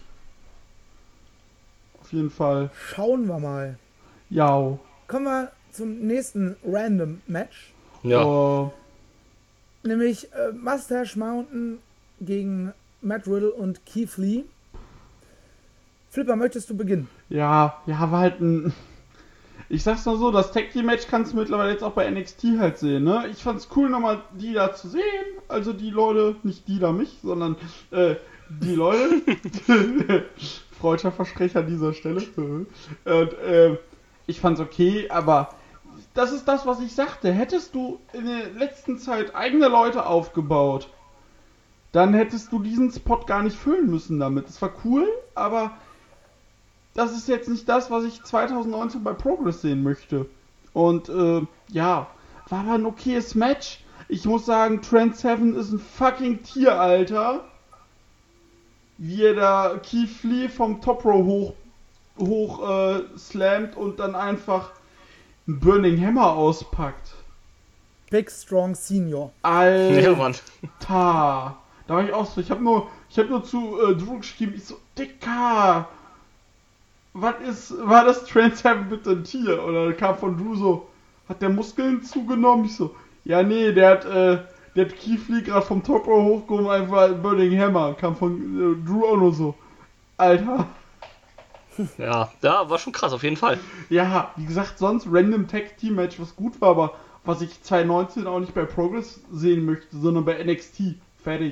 Auf jeden Fall. Schauen wir mal. Ja. Kommen wir zum nächsten Random Match. Ja. Oh, Nämlich äh, Mustache Mountain gegen Matt Riddle und Keith Lee. Flipper, möchtest du beginnen? ja, ja, war halt ein. Ich sag's mal so, das Tag Team Match kannst du mittlerweile jetzt auch bei N X T halt sehen, ne? Ich fand's cool, nochmal die da zu sehen. Also die Leute, nicht die da mich, sondern äh, die Leute. Freudscher Versprecher an dieser Stelle. Und äh, ich fand's okay, aber das ist das, was ich sagte. Hättest du in der letzten Zeit eigene Leute aufgebaut, dann hättest du diesen Spot gar nicht füllen müssen damit. Das war cool, aber das ist jetzt nicht das, was ich zwanzig neunzehn bei Progress sehen möchte. Und äh, ja, war aber ein okayes Match. Ich muss sagen, Trent Seven ist ein fucking Tier, Alter. Wie er da Keith Lee vom Top Row hoch, hoch äh, slammt und dann einfach einen Burning Hammer auspackt. Big Strong Senior. Alter. Ja, Mann. Da war ich auch so. Ich habe nur, ich habe nur zu äh, Drew geschrieben. Ich so, Dicker. Was ist, war das Trent Seven bitte ein Tier? Oder kam von Drew so, hat der Muskeln zugenommen? Ich so, ja nee, der hat, äh, der hat Keith Lee gerade vom Top Row hochgehoben, einfach Burning Hammer. Kam von äh, Drew auch nur so. Alter. Ja, ja, war schon krass, auf jeden Fall. Ja, wie gesagt, sonst Random Tag Team Match, was gut war, aber was ich zwanzig neunzehn auch nicht bei Progress sehen möchte, sondern bei N X T. Fertig.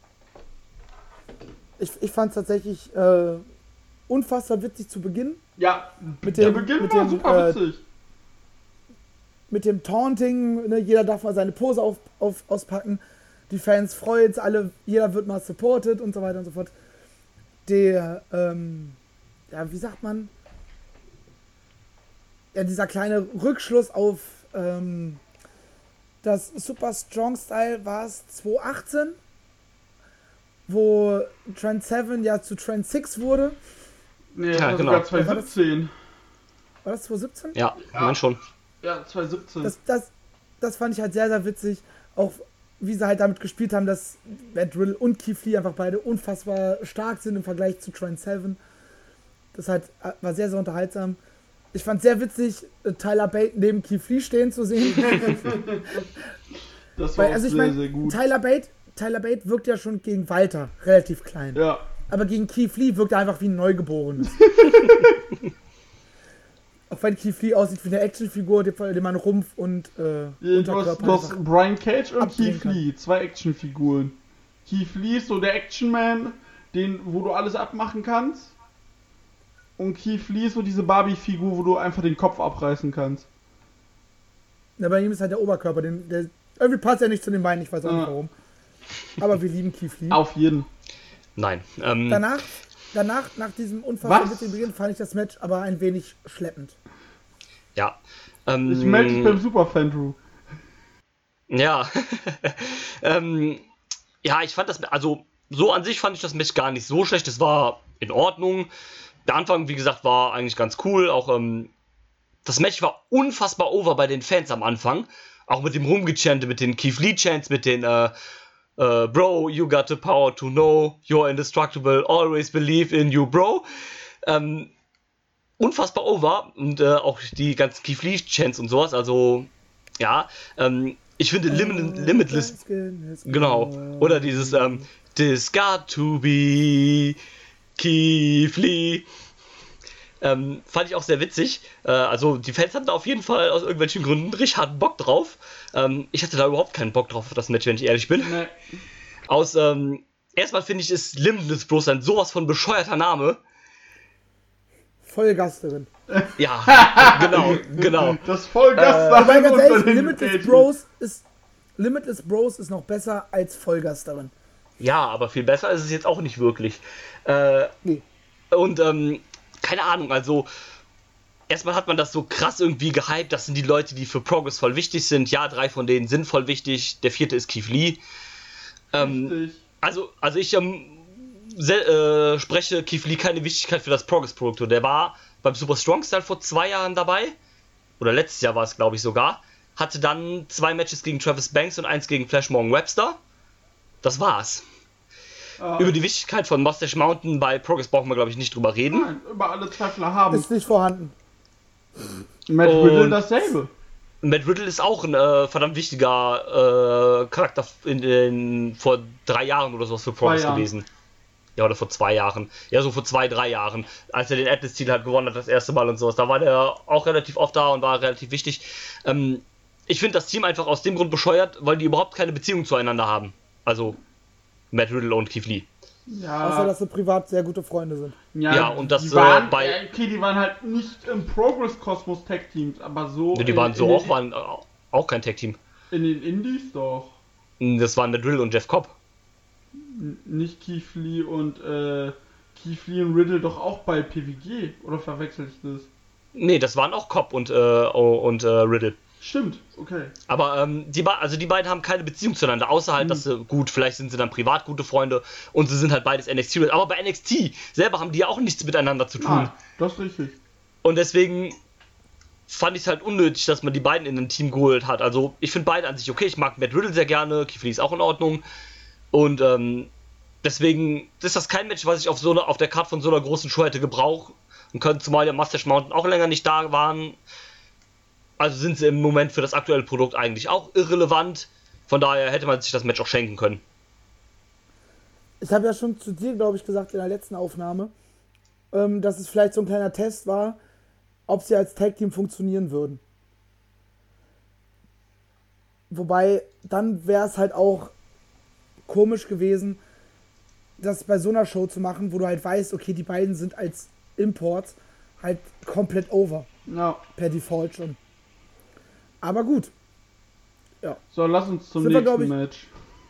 Ich, ich fand es tatsächlich äh, unfassbar witzig zu Beginn. Ja, Mit der dem- Beginn mit war dem, super äh, witzig. Mit dem Taunting, ne, jeder darf mal seine Pose auf, auf, auspacken. Die Fans freuen sich alle, jeder wird mal supported und so weiter und so fort. Der, ähm, ja, wie sagt man? Ja, dieser kleine Rückschluss auf ähm, das Super Strong Style war es zwanzig achtzehn, wo Trent Seven ja zu Trent Six wurde. Nee, Ja, ja, genau. sogar zwanzig siebzehn. War das zwanzig siebzehn? Ja, ich mein schon. Ja, zwanzig siebzehn. Das, das, das fand ich halt sehr, sehr witzig. Auch wie sie halt damit gespielt haben, dass Matt Riddle und Keith Lee einfach beide unfassbar stark sind im Vergleich zu Trent Seven. Das halt war sehr, sehr unterhaltsam. Ich fand sehr witzig, Tyler Bate neben Keith Lee stehen zu sehen. Das war Weil, also ich sehr, mein, sehr gut. Tyler Bate, Tyler Bate wirkt ja schon gegen Walter relativ klein. Ja. Aber gegen Keith Lee wirkt er einfach wie ein Neugeborenes. Auch wenn Keith Lee aussieht wie eine Actionfigur, dem man Rumpf und äh, Du hast, Unterkörper du hast einfach Brian Cage und abdrehen Keith kann. Lee, zwei Actionfiguren. Keith Lee ist so der Actionman, den, wo du alles abmachen kannst. Und Keith Lee ist so diese Barbie-Figur, wo du einfach den Kopf abreißen kannst. Ja, bei ihm ist halt der Oberkörper, den, der, irgendwie passt er nicht zu den Beinen, ich weiß auch Ja. nicht warum. Aber wir lieben Keith Lee. Auf jeden. Nein. Ähm, Danach, danach, nach diesem unfassbar Was? witzigen Beginn, fand ich das Match aber ein wenig schleppend. ja. Ähm, Ich melde dich beim Superfan, Drew. Ja. ähm, ja, ich fand das, also so an sich fand ich das Match gar nicht so schlecht. Es war in Ordnung. Der Anfang, wie gesagt, war eigentlich ganz cool. Auch ähm, das Match war unfassbar over bei den Fans am Anfang. Auch mit dem Rumgechante, mit den Keith Lee Chants, mit den äh, äh, Bro, you got the power to know, you're indestructible, always believe in you, bro. Ähm, unfassbar over. Und äh, auch die ganzen Keith Lee Chants und sowas. Also, ja, ähm, ich finde Limit, Limitless. Genau. Oder dieses ähm, This got to be Keith Lee. Ähm, fand ich auch sehr witzig. Äh, also die Fans hatten da auf jeden Fall aus irgendwelchen Gründen richtig harten Bock drauf. Ähm, ich hatte da überhaupt keinen Bock drauf auf das Match, wenn ich ehrlich bin. Nee. Aus, ähm, erstmal finde ich, ist Limitless Bros ein sowas von bescheuerter Name. Vollgasterin. Ja, genau, genau. Das voll Wobei Gast ganz unter ehrlich, den Limitless Pages. Bros ist Limitless Bros ist noch besser als Vollgasterin. Ja, aber viel besser ist es jetzt auch nicht wirklich. Äh, Nee. Und, ähm, keine Ahnung, also erstmal hat man das so krass irgendwie gehypt, das sind die Leute, die für Progress voll wichtig sind. Ja, drei von denen sind voll wichtig, der vierte ist Keith Lee. Ähm, Richtig. also, also ich ähm, se- äh, spreche Keith Lee keine Wichtigkeit für das Progress-Produkt. Der war beim Super Strong Style vor zwei Jahren dabei, oder letztes Jahr war es, glaube ich, sogar. Hatte dann zwei Matches gegen Travis Banks und eins gegen Flash Morgan Webster. Das war's. Ah, Über die Wichtigkeit von Mustache Mountain bei Progress brauchen wir, glaube ich, nicht drüber reden. nein, über alle Zweifler haben. Ist nicht vorhanden. Matt Und- Riddle dasselbe. Matt Riddle ist auch ein äh, verdammt wichtiger äh, Charakter in, in, vor drei Jahren oder sowas für Progress Jahren. gewesen. Ja, oder vor zwei Jahren. Ja, so vor zwei, drei Jahren. Als er den Atlas-Titel hat gewonnen hat, das erste Mal und sowas. Da war der auch relativ oft da und war relativ wichtig. Ähm, ich finde das Team einfach aus dem Grund bescheuert, weil die überhaupt keine Beziehung zueinander haben. Also Matt Riddle und Keith Lee. Ja, Außer, dass sie privat sehr gute Freunde sind. Ja, und das, die äh, waren, bei- ja, okay, die waren halt nicht im Progress-Kosmos Tag-Teams, aber so. Die in- waren so in auch, den, waren äh, auch kein Tag-Team. In den Indies doch. Das waren Matt Riddle und Jeff Cobb. N- Nicht Keith Lee und äh, Keith Lee und Riddle doch auch bei P W G, oder verwechsel ich das? Nee, das waren auch Cobb und, äh, und äh, Riddle. Stimmt, okay. Aber ähm, die, be- also die beiden haben keine Beziehung zueinander, außer halt, Mhm. dass sie, gut, vielleicht sind sie dann privat gute Freunde und sie sind halt beides N X T. Aber bei N X T selber haben die ja auch nichts miteinander zu tun. Ah, das ist richtig. Und deswegen fand ich es halt unnötig, dass man die beiden in ein Team geholt hat. Also ich finde beide an sich okay, ich mag Matt Riddle sehr gerne, Keith Lee ist auch in Ordnung. Und ähm, deswegen ist das kein Match, was ich auf, so eine, auf der Karte von so einer großen Show hätte gebraucht und können, zumal der Mustache Mountain auch länger nicht da waren. Also sind sie im Moment für das aktuelle Produkt eigentlich auch irrelevant. Von daher hätte man sich das Match auch schenken können. Ich habe ja schon zu dir, glaube ich, gesagt in der letzten Aufnahme, ähm, dass es vielleicht so ein kleiner Test war, ob sie als Tag-Team funktionieren würden. Wobei, dann wäre es halt auch komisch gewesen, das bei so einer Show zu machen, wo du halt weißt, okay, die beiden sind als Imports halt komplett over. Ja. Per Default schon. Aber gut. So, lass uns zum Sind wir, nächsten glaub ich- Match.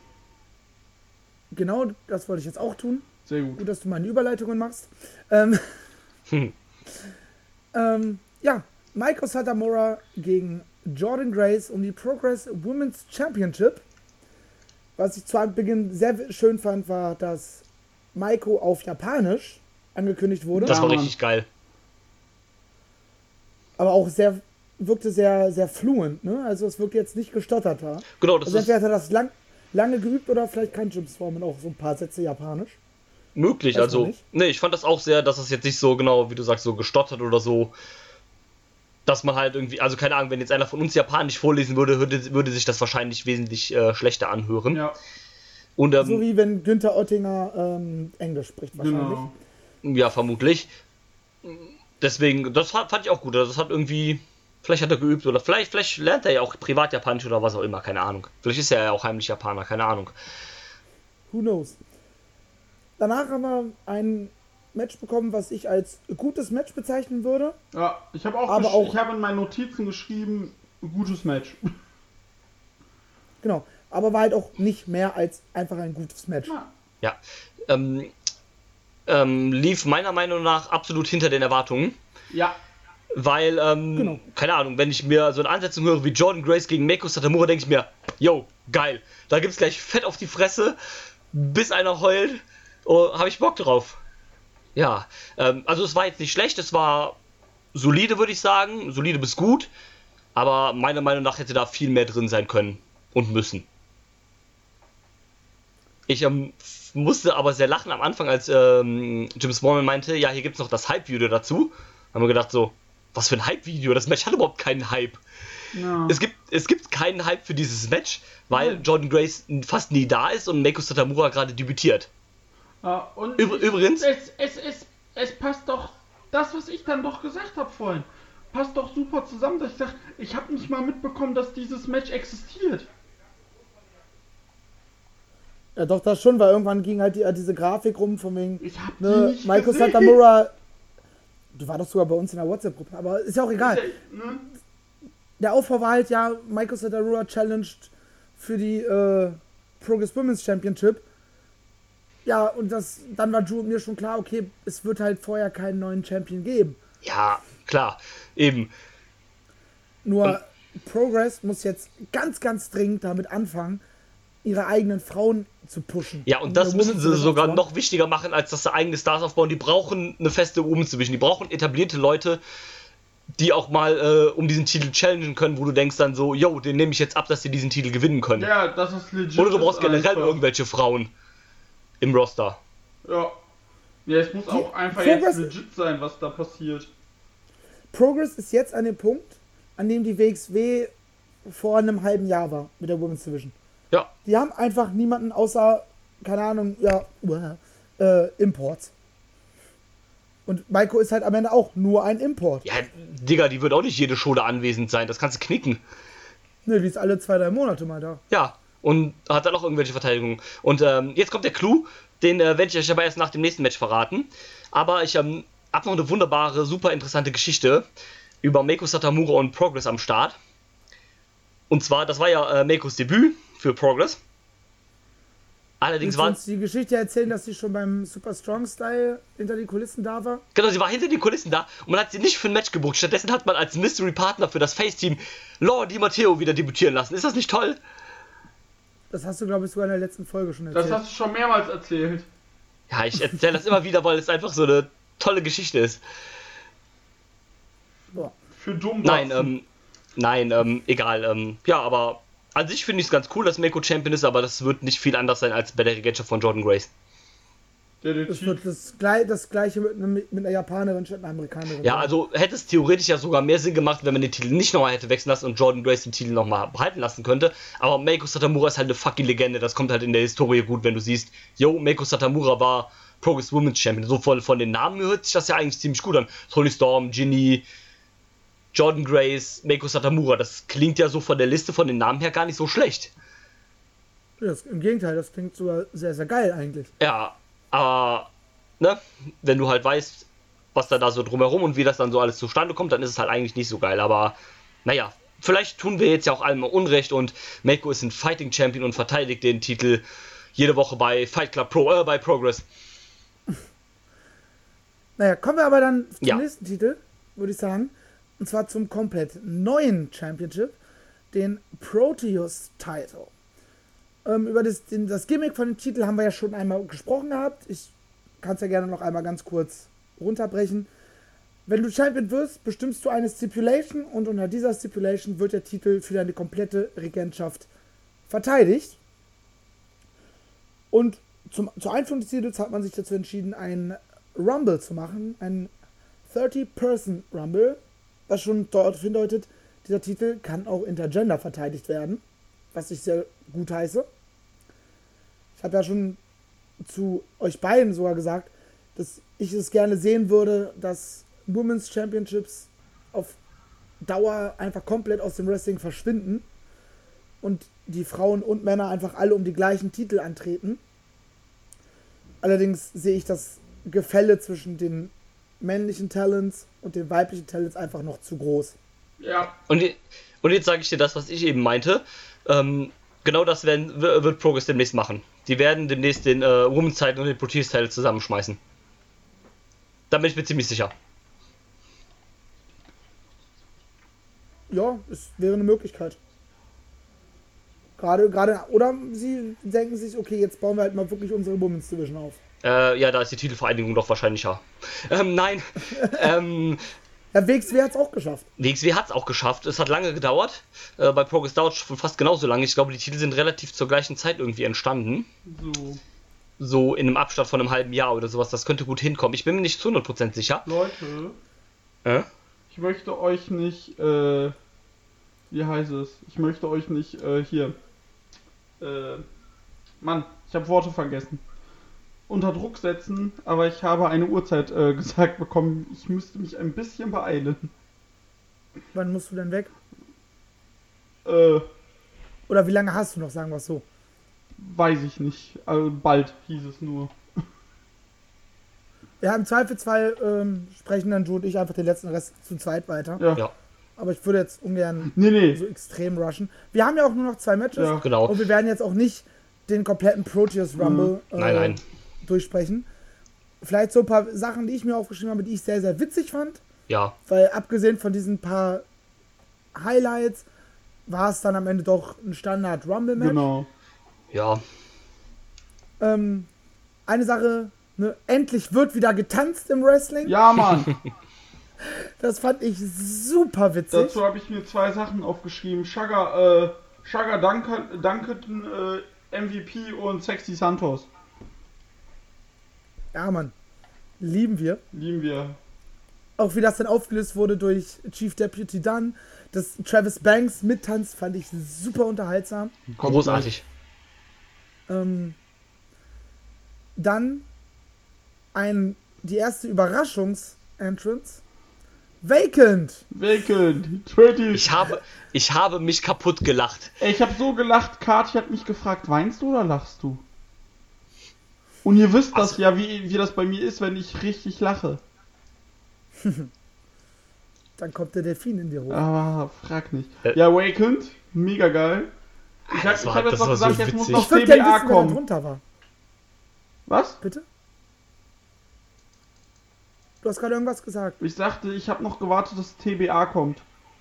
Genau, das wollte ich jetzt auch tun. Sehr gut. Gut, dass du meine Überleitungen machst. Ähm, Hm. ähm, ja, Meiko Satomura gegen Jordan Grace um die Progress Women's Championship. Was ich zu Beginn sehr schön fand, war, dass Meiko auf Japanisch angekündigt wurde. Das war Mann. richtig geil. Aber auch sehr, wirkte sehr, sehr fluent, ne? Also es wirkte jetzt nicht gestottert da. Genau, das Also ist entweder hat er das lang, lange geübt oder vielleicht kann James Foreman auch so ein paar Sätze Japanisch. möglich. Weiß man Also, nicht. nee, ich fand das auch sehr, dass es jetzt nicht so genau, wie du sagst, so gestottert oder so. dass man halt irgendwie, also keine Ahnung, wenn jetzt einer von uns Japanisch vorlesen würde, würde, würde sich das wahrscheinlich wesentlich äh, schlechter anhören. Ja. Und, ähm, so wie wenn Günther Oettinger ähm, Englisch spricht wahrscheinlich. Genau. Ja, vermutlich. Deswegen, das fand ich auch gut. Das hat irgendwie, vielleicht hat er geübt oder vielleicht, vielleicht lernt er ja auch privat Japanisch oder was auch immer, keine Ahnung. Vielleicht ist er ja auch heimlich Japaner, keine Ahnung. Who knows? Danach haben wir ein Match bekommen, was ich als gutes Match bezeichnen würde. Ja, ich habe auch, Aber gesch- auch ich habe in meinen Notizen geschrieben, gutes Match. Genau, aber war halt auch nicht mehr als einfach ein gutes Match. Ja. Ja. Ähm, ähm, lief meiner Meinung nach absolut hinter den Erwartungen. Ja. Weil, ähm, Genau. keine Ahnung, wenn ich mir so eine Ansetzung höre wie Jordan Grace gegen Meiko Satomura, denke ich mir, yo, geil. Da gibt's gleich Fett auf die Fresse, bis einer heult. Oh, habe ich Bock drauf. Ja, ähm, also es war jetzt nicht schlecht, es war solide, würde ich sagen. Solide bis gut. Aber meiner Meinung nach hätte da viel mehr drin sein können und müssen. Ich ähm, musste aber sehr lachen am Anfang, als ähm, Jim Smallman meinte, ja, hier gibt's noch das Hype-Video dazu. Haben wir gedacht so, was für ein Hype-Video? Das Match hat überhaupt keinen Hype. Ja. Es gibt, es gibt keinen Hype für dieses Match, weil Ja. Jordan Grace fast nie da ist und Meiko Satomura gerade debütiert. Ja, und Übr- übrigens- Es, es, es, es passt doch, das, was ich dann doch gesagt habe vorhin, passt doch super zusammen, dass ich sage, ich habe nicht mal mitbekommen, dass dieses Match existiert. Ja, doch, das schon, weil irgendwann ging halt die, diese Grafik rum von wegen, Ich hab die ne, nicht Meiko gesehen. Satomura, du war doch sogar bei uns in der WhatsApp-Gruppe, aber ist ja auch egal. Ne? Der Aufbau war halt ja, Meiko Satomura challenged für die äh, Progress Women's Championship. Ja, und das, dann war Drew und mir schon klar, okay, es wird halt vorher keinen neuen Champion geben. Ja, klar, eben. Nur Progress muss jetzt ganz, ganz dringend damit anfangen, ihre eigenen Frauen zu pushen. Ja, und das eine müssen Women's sie Division sogar aufzubauen. noch wichtiger machen, als dass sie eigene Stars aufbauen. Die brauchen eine feste Women's Division. Die brauchen etablierte Leute, die auch mal äh, um diesen Titel challengen können, wo du denkst dann so, yo, den nehme ich jetzt ab, dass sie diesen Titel gewinnen können. Ja, das ist legit. Oder du brauchst ist generell einfach. irgendwelche Frauen im Roster. Ja. Ja, es muss auch einfach Progress- jetzt legit sein, was da passiert. Progress ist jetzt an dem Punkt, an dem die W X W vor einem halben Jahr war mit der Women's Division. Ja, Die haben einfach niemanden außer, keine Ahnung, ja, äh, Imports. Und Maiko ist halt am Ende auch nur ein Import. ja, Digga, die wird auch nicht jede Show da anwesend sein. Das kannst du knicken. Ne, die ist alle zwei, drei Monate mal da. Ja, und hat dann auch irgendwelche Verteidigungen. Und ähm, jetzt kommt der Clou, den äh, werde ich euch aber erst nach dem nächsten Match verraten. Aber ich ähm, habe noch eine wunderbare, super interessante Geschichte über Meiko Satomura und Progress am Start. Und zwar, das war ja äh, Meikos Debüt für Progress. Allerdings Willst du war uns die Geschichte erzählen, dass sie schon beim Super Strong Style hinter die Kulissen da war? Genau, sie war hinter den Kulissen da und man hat sie nicht für ein Match gebucht. Stattdessen hat man als Mystery Partner für das Face-Team Laura Di Matteo wieder debütieren lassen. Ist das nicht toll? Das hast du, glaube ich, sogar in der letzten Folge schon Das erzählt. hast du schon mehrmals erzählt. Ja, ich erzähle das immer wieder, weil es einfach so eine tolle Geschichte ist. Boah. Für dumm. Nein, ähm, nein, ähm, egal. Ähm, ja, aber an sich finde ich es ganz cool, dass Meiko Champion ist, aber das wird nicht viel anders sein als bei der Regatta von Jordan Grace. Das Definitiv. wird das, gleich, das gleiche mit, einer- mit einer Japanerin statt einer Amerikanerin. Ja, also hätte es theoretisch ja sogar mehr Sinn gemacht, wenn man den Titel nicht nochmal hätte wechseln lassen und Jordan Grace den Titel nochmal behalten lassen könnte. Aber Meiko Satomura ist halt eine fucking Legende. Das kommt halt in der Historie gut, wenn du siehst, yo, Meiko Satomura war Progress Women's Champion. So von, von den Namen hört sich das ja eigentlich ziemlich gut an. Toni Storm, Ginny, Jordan Grace, Meiko Satomura. Das klingt ja so von der Liste von den Namen her gar nicht so schlecht. Das, Im Gegenteil, das klingt sogar sehr, sehr geil eigentlich. Ja, aber, ne, wenn du halt weißt, was da, da so drumherum und wie das dann so alles zustande kommt, dann ist es halt eigentlich nicht so geil. Aber, naja, vielleicht tun wir jetzt ja auch allem Unrecht und Meiko ist ein Fighting Champion und verteidigt den Titel jede Woche bei Fight Club Pro, äh, bei Progress. Naja, kommen wir aber dann zum Ja. nächsten Titel, würde ich sagen. Und zwar zum komplett neuen Championship, den Proteus-Title. Ähm, über das, den, das Gimmick von dem Titel haben wir ja schon einmal gesprochen gehabt. Ich kann es ja gerne noch einmal ganz kurz runterbrechen. Wenn du Champion wirst, bestimmst du eine Stipulation und unter dieser Stipulation wird der Titel für deine komplette Regentschaft verteidigt. Und zum, zur Einführung des Titels hat man sich dazu entschieden, einen Rumble zu machen, einen thirty person Rumble, was schon dort hindeutet, dieser Titel kann auch intergender verteidigt werden, was ich sehr gut heiße. Ich habe ja schon zu euch beiden sogar gesagt, dass ich es gerne sehen würde, dass Women's Championships auf Dauer einfach komplett aus dem Wrestling verschwinden und die Frauen und Männer einfach alle um die gleichen Titel antreten. Allerdings sehe ich das Gefälle zwischen den männlichen Talents und den weiblichen Talents einfach noch zu groß. Ja. Und, und jetzt sage ich dir das, was ich eben meinte. Ähm, genau das werden, wird Progress demnächst machen. Die werden demnächst den äh, Women's Title und den Protest Title zusammenschmeißen. Da bin ich mir ziemlich sicher. Ja, es wäre eine Möglichkeit. Gerade, gerade, oder sie denken sich, okay, jetzt bauen wir halt mal wirklich unsere Women's Division auf. Äh, ja, da ist die Titelvereinigung doch wahrscheinlicher. Ähm, nein. ähm, Ja, W X W hat es auch geschafft. W X W hat es auch geschafft. Es hat lange gedauert. Äh, bei Progress dauert es fast genauso lange. Ich glaube, die Titel sind relativ zur gleichen Zeit irgendwie entstanden. So. So in einem Abstand von einem halben Jahr oder sowas. Das könnte gut hinkommen. Ich bin mir nicht zu hundert Prozent sicher. Leute, Äh? ich möchte euch nicht, äh, wie heißt es? Ich möchte euch nicht, äh, hier, äh, Mann, ich habe Worte vergessen. Unter Druck setzen, aber ich habe eine Uhrzeit äh, gesagt bekommen, ich müsste mich ein bisschen beeilen. Wann musst du denn weg? Äh, Oder wie lange hast du noch, sagen wir es so? weiß ich nicht. Also bald hieß es nur. Ja, im Zweifelsfall ähm, sprechen dann du und ich einfach den letzten Rest zu zweit weiter. Ja. Ja, Aber ich würde jetzt ungern Nee, nee. so extrem rushen. Wir haben ja auch nur noch zwei Matches. Ja. genau. Und wir werden jetzt auch nicht den kompletten Proteus Rumble äh, Nein, nein. durchsprechen. Vielleicht so ein paar Sachen, die ich mir aufgeschrieben habe, die ich sehr, sehr witzig fand. Ja, Weil abgesehen von diesen paar Highlights war es dann am Ende doch ein Standard-Rumble-Match. Genau. ja. Ähm, eine Sache, ne, endlich wird wieder getanzt im Wrestling. Ja, Mann. Das fand ich super witzig. Dazu habe ich mir zwei Sachen aufgeschrieben. Sugar, äh, Sugar Duncan, Duncan äh, M V P und Sexy Santos. Ja, Mann. Lieben wir. Lieben wir. Auch wie das dann aufgelöst wurde durch Chief Deputy Dunn. Das Travis Banks mittanzt, fand ich super unterhaltsam. Kommt Großartig. Ähm, dann ein, die erste Überraschungs-Entrance. Vacant! Vacant. zwanzig. Ich habe, ich habe mich kaputt gelacht. Ey, ich habe so gelacht, Kati hat mich gefragt, weinst du oder lachst du? Und ihr wisst das Also- ja, wie, wie das bei mir ist, wenn ich richtig lache. Dann kommt der Delfin in dir hoch. Aber frag nicht. Äh. Ja, Vacant, mega geil. Ich habe Das war- hab jetzt das noch war so gesagt, jetzt muss witzig. noch Ich würde T B gerne A wissen, wer da kommen. drunter war. Was? Bitte? Du hast gerade irgendwas gesagt. Ich sagte, ich habe noch gewartet, dass T B A kommt.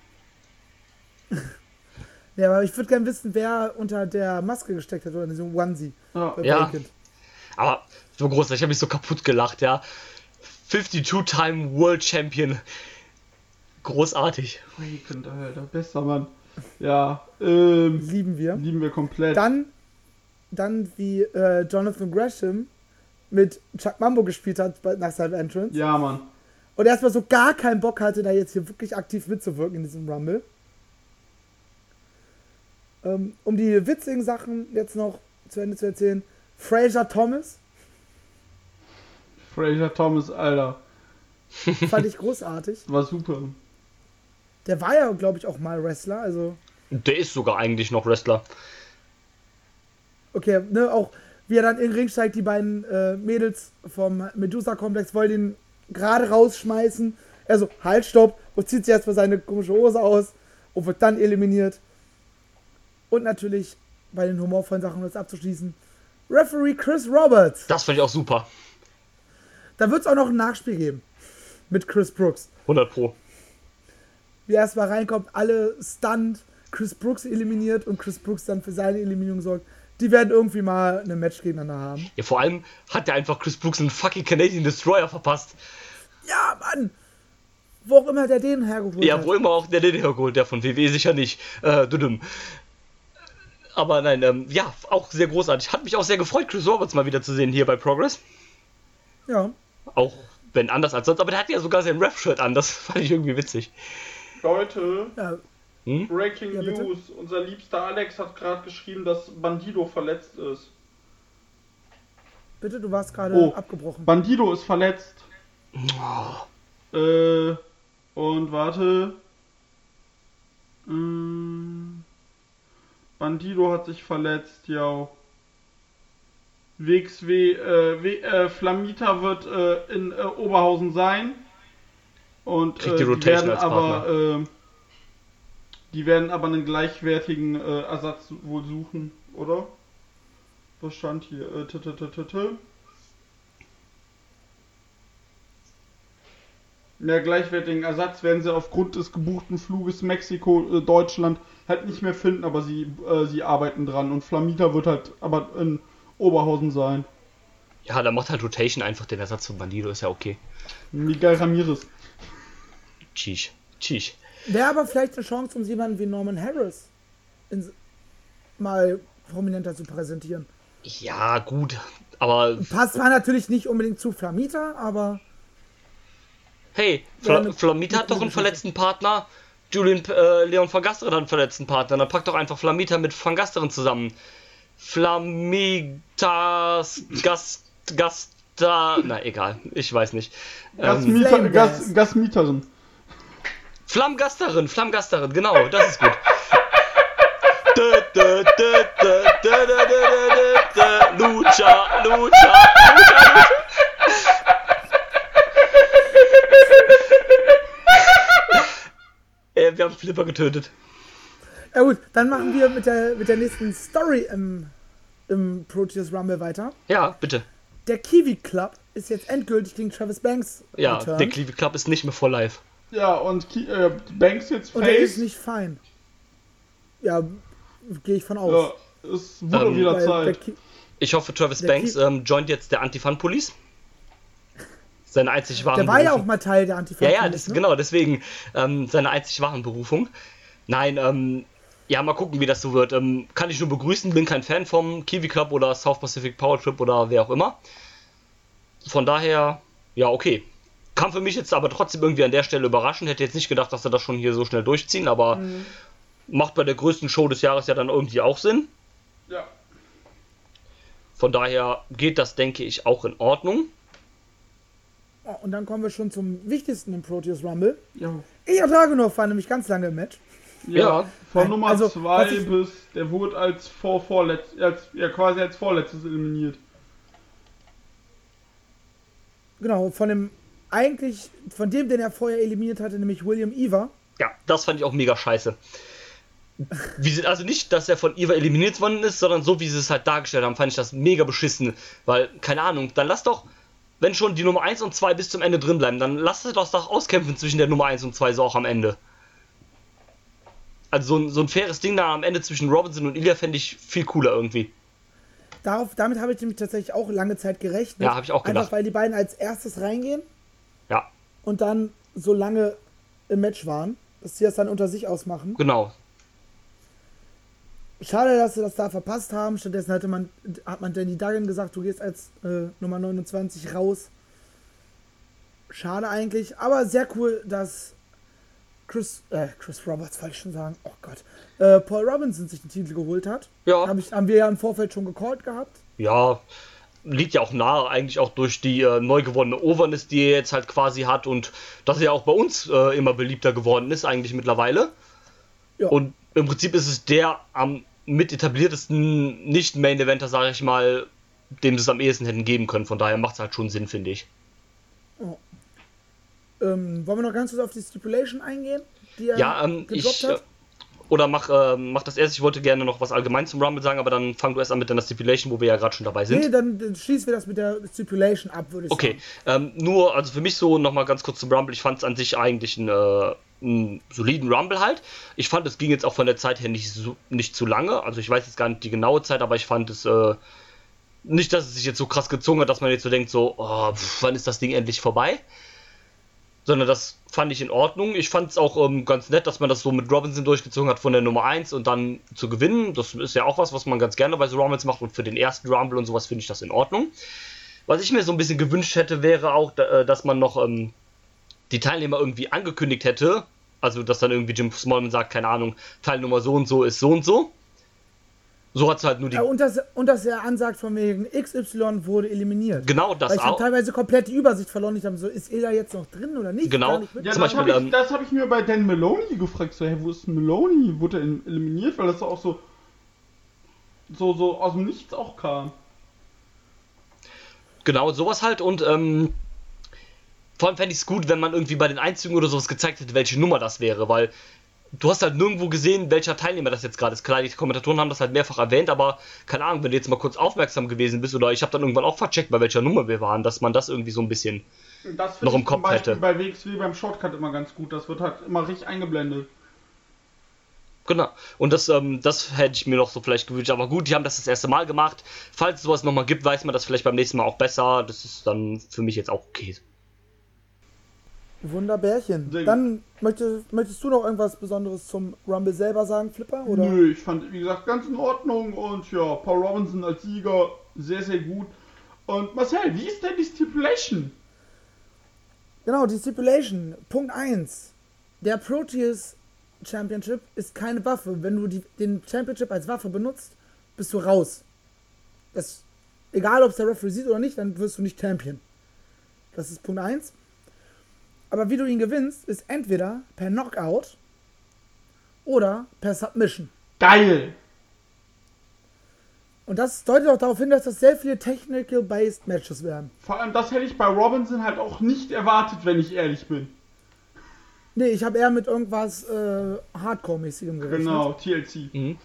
Ja, aber ich würde gerne wissen, wer unter der Maske gesteckt hat oder in diesem Onesie. Ja. bei Ja. Vacant. Aber so groß, ich habe mich so kaputt gelacht, ja. fünfundfünfzig-Time World Champion. Großartig. Vacant, Alter, bester Mann. Ja, ähm, Lieben wir. lieben wir komplett. Dann, dann wie äh, Jonathan Gresham mit Chuck Mambo gespielt hat bei- nach seinem Entrance. Ja, Mann. Und erstmal so gar keinen Bock hatte, da jetzt hier wirklich aktiv mitzuwirken in diesem Rumble. Ähm, um die witzigen Sachen jetzt noch zu Ende zu erzählen. Fraser Thomas Fraser Thomas, Alter. fand ich großartig. War super. Der war ja, glaube ich, auch mal Wrestler. Also, Der ist sogar eigentlich noch Wrestler. okay, ne, auch wie er dann in den Ring steigt, die beiden äh, Mädels vom Medusa-Komplex wollen ihn gerade rausschmeißen. Er so, halt, stopp, und zieht sich erstmal seine komische Hose aus und wird dann eliminiert. Und natürlich, bei den humorvollen Sachen, um das abzuschließen, Referee Chris Roberts. Das fand ich auch super. Da wird es auch noch ein Nachspiel geben. Mit Chris Brooks. hundert Pro. Wie er erstmal reinkommt, alle stunt, Chris Brooks eliminiert und Chris Brooks dann für seine Eliminierung sorgt. Die werden irgendwie mal eine Match gegeneinander haben. Ja, vor allem hat der einfach Chris Brooks einen fucking Canadian Destroyer verpasst. Ja, Mann! Wo auch immer der den hergeholt Ja, hat. wo immer auch der den hergeholt, der von W W sicher nicht. Äh, düdüm. Aber nein, ähm, ja, auch sehr großartig. Hat mich auch sehr gefreut, Chris Roberts mal wieder zu sehen hier bei Progress. Ja. Auch wenn anders als sonst, aber der hat ja sogar sein Ref-Shirt an, das fand ich irgendwie witzig. Leute, Ja, Hm? Breaking Ja, bitte? News. Unser liebster Alex hat gerade geschrieben, dass Bandido verletzt ist. bitte, du warst gerade Oh. abgebrochen. Bandido ist verletzt. Äh, und warte. Ähm, Bandido hat sich verletzt, ja. W X W, äh, w, äh, Flamita wird äh, in äh, Oberhausen sein. Und Kriegt äh, die die, Rotation werden als aber, äh, die werden aber einen gleichwertigen äh, Ersatz wohl suchen, oder? Was stand hier? Äh, t -t -t -t -t. Ja, gleichwertigen Ersatz werden sie aufgrund des gebuchten Fluges Mexiko-Deutschland halt nicht mehr finden, aber sie, äh, sie arbeiten dran. Und Flamita wird halt aber in Oberhausen sein. Ja, da macht halt Rotation einfach den Ersatz von Bandido, ist ja okay. Miguel Ramirez. Tschüss. Tschüss. Wäre aber vielleicht eine Chance, um jemanden wie Norman Harris in, mal prominenter zu präsentieren. Ja, gut. Aber Passt zwar natürlich nicht unbedingt zu Flamita, aber hey, Ja, Fla eine- Flamita hat eine doch einen Geschichte. verletzten Partner. Julian äh, Leon van Gasteren hat einen verletzten Partner. Dann packt doch einfach Flamita mit Van Gasteren zusammen. Flamitas Gast Gasta. Na egal, ich weiß nicht. Ähm, Gasmieter, Flame Gas, Gas. Gasmieterin. Flammgasterin, Flammgasterin, genau, das ist gut. Dö, dö, dö, dö, dö, dö, dö, dö, dö. Lucha, Lucha, Lucha, Lucha. Äh, wir haben Flipper getötet. ja gut, dann machen wir mit der, mit der nächsten Story im, im Proteus Rumble weiter. Ja, bitte. Der Kiwi Club ist jetzt endgültig gegen Travis Banks Ja, returned. der Cleavy Club ist nicht mehr for life. Ja, und Ki äh, Banks jetzt Und er ist Face. nicht fein. Ja, gehe ich von aus. Ja, es wurde Ähm, wieder Weil der Zeit. Ki Ich hoffe, Travis Der Banks Ki- ähm, joint jetzt der Anti-Fun-Police. Seine einzig wahren der war ja auch Berufung. mal Teil der antifa Ja, ja, das, genau, deswegen ähm, seine einzig wahren Berufung. Nein, ähm, ja, mal gucken, wie das so wird. Ähm, kann ich nur begrüßen, bin kein Fan vom Kiwi Club oder South Pacific Power Trip oder wer auch immer. Von daher, ja, okay. Kam für mich jetzt aber trotzdem irgendwie an der Stelle überraschend. Hätte jetzt nicht gedacht, dass sie das schon hier so schnell durchziehen, aber Mhm. macht bei der größten Show des Jahres ja dann irgendwie auch Sinn. Ja. Von daher geht das, denke ich, auch in Ordnung. Ja, und dann kommen wir schon zum wichtigsten im Proteus Rumble. Ja. Ilya Dragunov war nämlich ganz lange im Match. Ja, Ja. von Nummer Also, zwei was ich- bis, der wurde als vor vorletzt, als, ja quasi als vorletztes eliminiert. Genau, von dem eigentlich, von dem, den er vorher eliminiert hatte, nämlich William Eva. Ja, das fand ich auch mega scheiße. Wie sie, also nicht, dass er von Eva eliminiert worden ist, sondern so wie sie es halt dargestellt haben, fand ich das mega beschissen. Weil, keine Ahnung, dann lass doch, wenn schon die Nummer eins und zwei bis zum Ende drin bleiben, dann lass das doch auskämpfen zwischen der Nummer eins und zwei so auch am Ende. Also so ein, so ein faires Ding da am Ende zwischen Robinson und Ilya fände ich viel cooler irgendwie. Darauf, damit habe ich nämlich tatsächlich auch lange Zeit gerechnet. Ja, habe ich auch gedacht. Einfach weil die beiden als erstes reingehen Ja, und dann so lange im Match waren, dass sie das dann unter sich ausmachen. genau. Schade, dass sie das da verpasst haben. Stattdessen hatte man, hat man Danny Duggan gesagt, du gehst als äh, Nummer neunundzwanzig raus. Schade eigentlich, aber sehr cool, dass Chris, äh, Chris Roberts, wollte ich schon sagen, oh Gott, äh, Paul Robinson sich den Titel geholt hat. Ja. Hab ich, haben wir ja im Vorfeld schon gecallt gehabt. Ja, liegt ja auch nahe, eigentlich auch durch die äh, neu gewonnene Overness, die er jetzt halt quasi hat und dass er auch bei uns äh, immer beliebter geworden ist, eigentlich mittlerweile. Ja. Und im Prinzip ist es der am mit etabliertesten Nicht-Main-Eventer, sage ich mal, dem sie es am ehesten hätten geben können. Von daher macht es halt schon Sinn, finde ich. Ähm, wollen wir noch ganz kurz auf die Stipulation eingehen, die er Ja, ähm, gedroppt ich... hat? Äh, oder mach, äh, mach das erst. Ich wollte gerne noch was allgemein zum Rumble sagen, aber dann fang du erst an mit deiner Stipulation, wo wir ja gerade schon dabei sind. Nee, dann, dann schließen wir das mit der Stipulation ab, würde ich Okay, sagen. ähm, nur, also für mich so nochmal ganz kurz zum Rumble. Ich fand es an sich eigentlich einen, äh, einen soliden Rumble halt. Ich fand, es ging jetzt auch von der Zeit her nicht, so, nicht zu lange. Also ich weiß jetzt gar nicht die genaue Zeit, aber ich fand es äh, nicht, dass es sich jetzt so krass gezogen hat, dass man jetzt so denkt, so, oh, pff, wann ist das Ding endlich vorbei? Sondern das fand ich in Ordnung. Ich fand es auch ähm, ganz nett, dass man das so mit Robinson durchgezogen hat von der Nummer eins und dann zu gewinnen. Das ist ja auch was, was man ganz gerne bei so Rumbles macht und für den ersten Rumble und sowas finde ich das in Ordnung. Was ich mir so ein bisschen gewünscht hätte, wäre auch, dass man noch ähm, die Teilnehmer irgendwie angekündigt hätte, Also, dass dann irgendwie Jim Smallman sagt, keine Ahnung, Teilnummer so und so ist so und so. So hat es halt nur die... Ja, und, dass, und dass er ansagt von wegen X Y wurde eliminiert. Genau, das Weil ich auch. habe teilweise komplett die Übersicht verloren. Ich habe so, ist er da jetzt noch drin oder nicht? Genau. Gar nicht mit. Ja, Zum das Beispiel, habe ähm, ich, das hab ich mir bei Dan Maloney gefragt. So, hey, wo ist Maloney? Wurde er eliminiert? Weil das auch so, so, so aus dem Nichts auch kam. Genau, sowas halt und ähm, vor allem fände ich es gut, wenn man irgendwie bei den Einzügen oder sowas gezeigt hätte, welche Nummer das wäre, weil du hast halt nirgendwo gesehen, welcher Teilnehmer das jetzt gerade ist. Klar, die Kommentatoren haben das halt mehrfach erwähnt, aber keine Ahnung, wenn du jetzt mal kurz aufmerksam gewesen bist oder ich habe dann irgendwann auch vercheckt, bei welcher Nummer wir waren, dass man das irgendwie so ein bisschen Das noch finde im ich Kopf zum Beispiel hätte. bei W X W beim Shortcut immer ganz gut. Das wird halt immer richtig eingeblendet. Genau. Und das, ähm, das hätte ich mir noch so vielleicht gewünscht. Aber gut, die haben das das erste Mal gemacht. Falls es sowas nochmal gibt, weiß man das vielleicht beim nächsten Mal auch besser. Das ist dann für mich jetzt auch okay. Wunderbärchen. Sehr gut. Dann möchtest, möchtest du noch irgendwas Besonderes zum Rumble selber sagen, Flipper? Oder? Nö, ich fand, wie gesagt, ganz in Ordnung. Und ja, Paul Robinson als Sieger, sehr, sehr gut. Und Marcel, wie ist denn die Stipulation? Genau, die Stipulation. Punkt eins. Der Proteus Championship ist keine Waffe. Wenn du die, den Championship als Waffe benutzt, bist du raus. Das, egal, ob es der Referee sieht oder nicht, dann wirst du nicht Champion. Das ist Punkt eins. Aber wie du ihn gewinnst, ist entweder per Knockout oder per Submission. Geil! Und das deutet auch darauf hin, dass das sehr viele Technical-Based Matches werden. Vor allem, das hätte ich bei Robinson halt auch nicht erwartet, wenn ich ehrlich bin. Nee, ich habe eher mit irgendwas äh, Hardcore-mäßigem gerechnet. Genau, T L C. Mhm.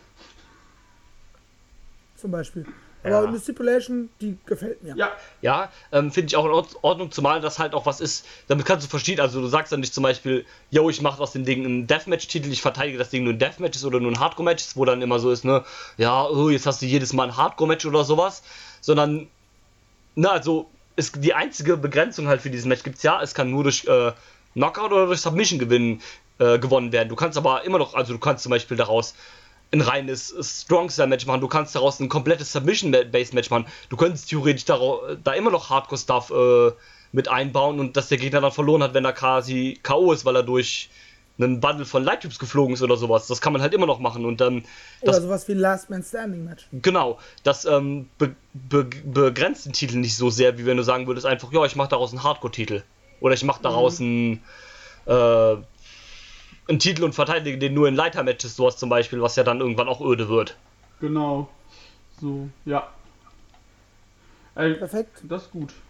Zum Beispiel. Ja. Aber eine Stipulation, die gefällt mir. Ja, Ja, ähm, finde ich auch in Ord- Ordnung, zumal das halt auch was ist, damit kannst du verstehen, also du sagst dann nicht zum Beispiel, yo, ich mache aus dem Ding einen Deathmatch-Titel, ich verteidige das Ding nur in Deathmatches oder nur in Hardcore-Matches, wo dann immer so ist, ne, ja, oh, jetzt hast du jedes Mal ein Hardcore-Match oder sowas, sondern, na, also, ist die einzige Begrenzung halt für dieses Match gibt's ja, es kann nur durch äh, Knockout oder durch Submission gewinnen, äh, gewonnen werden. Du kannst aber immer noch, also du kannst zum Beispiel daraus ein reines Strong-Style-Match machen, du kannst daraus ein komplettes Submission-Based-Match machen, du könntest theoretisch daraus, da immer noch Hardcore-Stuff äh, mit einbauen und dass der Gegner dann verloren hat, wenn er quasi K O ist, weil er durch einen Bundle von Light-Tubes geflogen ist oder sowas. Das kann man halt immer noch machen und ähm, Oder das, sowas wie Last Man Standing Match. genau, das ähm, be be begrenzt den Titel nicht so sehr, wie wenn du sagen würdest, einfach, ja, ich mache daraus einen Hardcore-Titel. Oder ich mache daraus einen, äh, einen Titel und verteidige den nur in Leiter-Matches, sowas zum Beispiel, was ja dann irgendwann auch öde wird. genau. So, ja. Ey, Perfekt. das ist gut.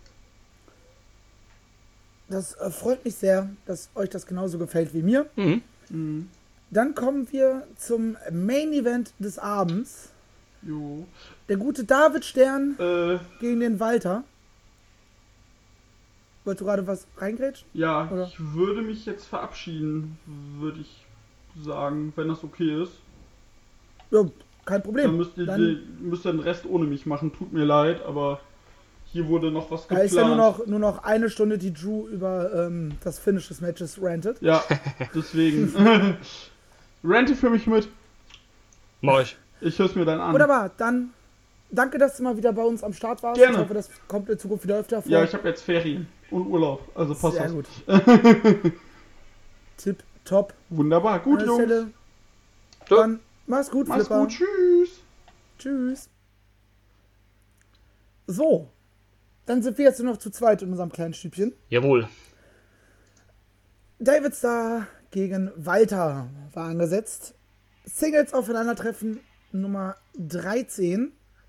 Das äh, freut mich sehr, dass euch das genauso gefällt wie mir. Mhm. Mhm. Dann kommen wir zum Main Event des Abends. Jo. Der gute David Stern Äh, gegen den Walter. Wolltest du gerade was reingrätschen? ja, Oder? ich würde mich jetzt verabschieden, würde ich sagen, wenn das okay ist. Ja, kein Dann Problem. müsst ihr, Dann die, müsst ihr den Rest ohne mich machen, tut mir leid, aber hier wurde noch was da geplant. ist ja nur noch, nur noch eine Stunde, die Drew über ähm, das Finish des Matches rantet. Ja, deswegen. Rente für mich mit. Mach ich. Ich hör's mir dann an. Wunderbar, dann danke, dass du mal wieder bei uns am Start warst. Gerne. Ich hoffe, das kommt in Zukunft wieder öfter vor. Ja, ich habe jetzt Ferien und Urlaub, also passt Sehr das. gut. Tipp, top. Wunderbar, gut, An der Jungs. Stelle. Ja. Dann mach's gut, Mach's Flipper. gut, tschüss. Tschüss. So, dann sind wir jetzt nur noch zu zweit in unserem kleinen Stübchen. Jawohl. David Starr gegen Walter war angesetzt. Singles Aufeinandertreffen Nummer dreizehn.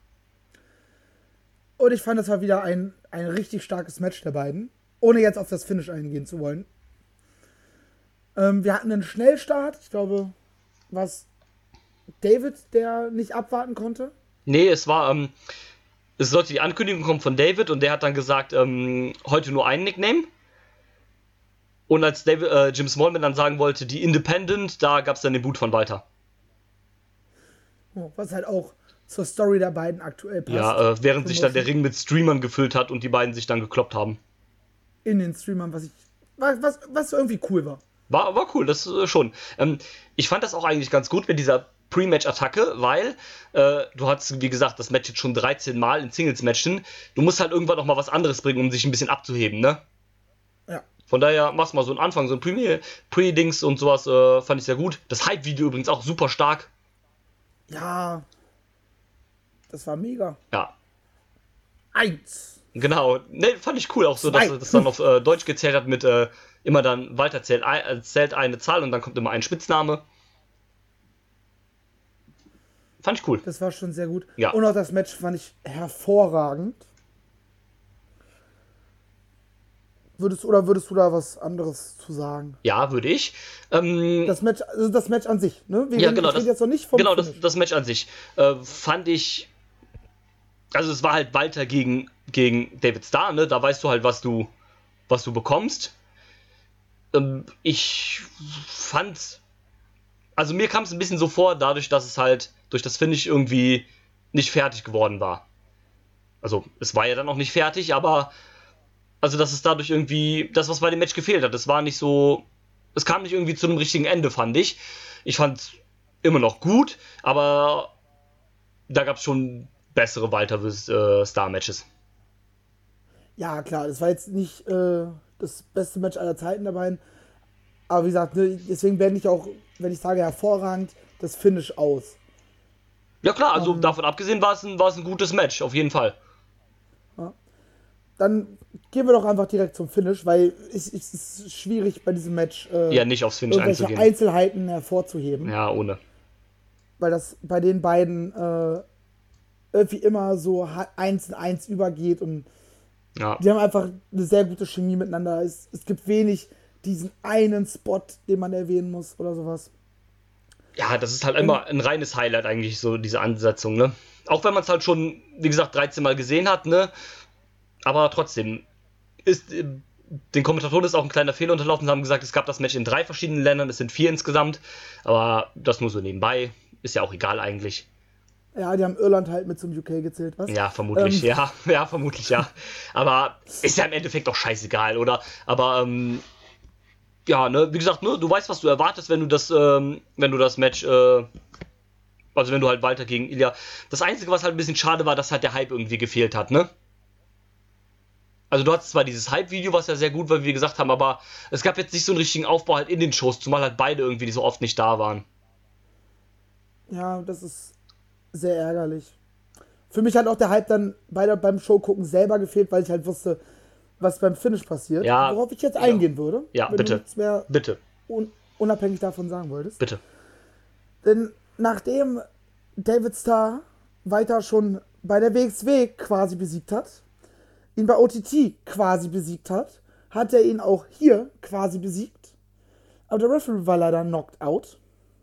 Und ich fand, das war wieder ein, ein richtig starkes Match der beiden. Ohne jetzt auf das Finish eingehen zu wollen. Ähm, wir hatten einen Schnellstart. Ich glaube, was David, der nicht abwarten konnte. Nee, es war, ähm, es sollte die Ankündigung kommen von David und der hat dann gesagt, ähm, heute nur ein Nickname. Und als David, äh, Jim Smallman dann sagen wollte, die Independent, da gab es dann den Boot von Walter. Oh, was halt auch zur Story der beiden aktuell passt. Ja, äh, während So sich dann muss der Ring mit Streamern gefüllt hat und die beiden sich dann gekloppt haben. in den Streamern, was ich. Was, was, was irgendwie cool war. War, war cool, das äh, schon. Ähm, ich fand das auch eigentlich ganz gut mit dieser Pre-Match-Attacke, weil äh, du hattest, wie gesagt, das Match jetzt schon dreizehn Mal in Singles-Matchen. Du musst halt irgendwann noch mal was anderes bringen, um sich ein bisschen abzuheben, ne? Ja. Von daher, mach's mal so einen Anfang, so ein Premiere, Pre-Dings und sowas, äh, fand ich sehr gut. Das Hype-Video übrigens auch super stark. Ja. Das war mega. Ja. Eins. Genau. Ne, fand ich cool auch so, Zwei. dass er das dann auf äh, Deutsch gezählt hat mit äh, immer dann, Walter zählt, ein, äh, zählt eine Zahl und dann kommt immer ein Spitzname. Fand ich cool. Das war schon sehr gut. Ja. Und auch das Match fand ich hervorragend. Würdest, oder würdest du da was anderes zu sagen? Ja, würde ich. Ähm, Das Match, also das Match an sich, ne? Wir ja, reden, genau. ich rede Das, jetzt noch nicht vom genau, das, Finish. das Match an sich äh, fand ich. Also, es war halt Walter gegen, gegen David Starr, ne? Da weißt du halt, was du, was du bekommst. Ähm, ich fand. Also, mir kam es ein bisschen so vor, dadurch, dass es halt durch das Finish irgendwie nicht fertig geworden war. Also, es war ja dann auch nicht fertig, aber. Also, dass es dadurch irgendwie, das, was bei dem Match gefehlt hat, das war nicht so, es kam nicht irgendwie zu einem richtigen Ende, fand ich. Ich fand es immer noch gut, aber da gab es schon bessere Walter vs. Äh, Star-Matches. Ja, klar, das war jetzt nicht äh, das beste Match aller Zeiten dabei. Aber wie gesagt, ne, deswegen werde ich auch, wenn ich sage hervorragend, das Finish aus. Ja klar, also Ähm. davon abgesehen war es ein, war es ein gutes Match, auf jeden Fall. Dann gehen wir doch einfach direkt zum Finish, weil es, es ist schwierig bei diesem Match äh, Ja, nicht aufs Finish irgendwelche einzugehen. Einzelheiten hervorzuheben. Ja, ohne. Weil das bei den beiden äh, irgendwie immer so eins in eins übergeht und Ja. die haben einfach eine sehr gute Chemie miteinander. Es, es gibt wenig diesen einen Spot, den man erwähnen muss oder sowas. Ja, das ist halt immer ein reines Highlight eigentlich, so diese Ansetzung, ne? Auch wenn man es halt schon, wie gesagt, dreizehn Mal gesehen hat, ne? Aber trotzdem, ist, äh, den Kommentatoren ist auch ein kleiner Fehler unterlaufen. Sie haben gesagt, es gab das Match in drei verschiedenen Ländern, es sind vier insgesamt. Aber das nur so nebenbei, ist ja auch egal eigentlich. Ja, die haben Irland halt mit zum U K gezählt, was? Ja, vermutlich, Ähm. ja. Ja, vermutlich, ja. Aber ist ja im Endeffekt auch scheißegal, oder? Aber, ähm, ja, ne, wie gesagt, ne, du weißt, was du erwartest, wenn du das, ähm, wenn du das Match, äh, also wenn du halt Walter gegen Ilja. Das Einzige, was halt ein bisschen schade war, dass halt der Hype irgendwie gefehlt hat, ne? Also du hattest zwar dieses Hype-Video, was ja sehr gut war, wie wir gesagt haben, aber es gab jetzt nicht so einen richtigen Aufbau halt in den Shows, zumal halt beide irgendwie so oft nicht da waren. Ja, das ist sehr ärgerlich. Für mich hat auch der Hype dann bei der, beim Showgucken selber gefehlt, weil ich halt wusste, was beim Finish passiert. Ja, worauf ich jetzt eingehen würde. Ja, wenn bitte. du nichts mehr Bitte, un unabhängig davon sagen wolltest. bitte. Denn nachdem David Starr weiter schon bei der W X W quasi besiegt hat, ihn bei O T T quasi besiegt hat, hat er ihn auch hier quasi besiegt. Aber der Referee war leider knocked out.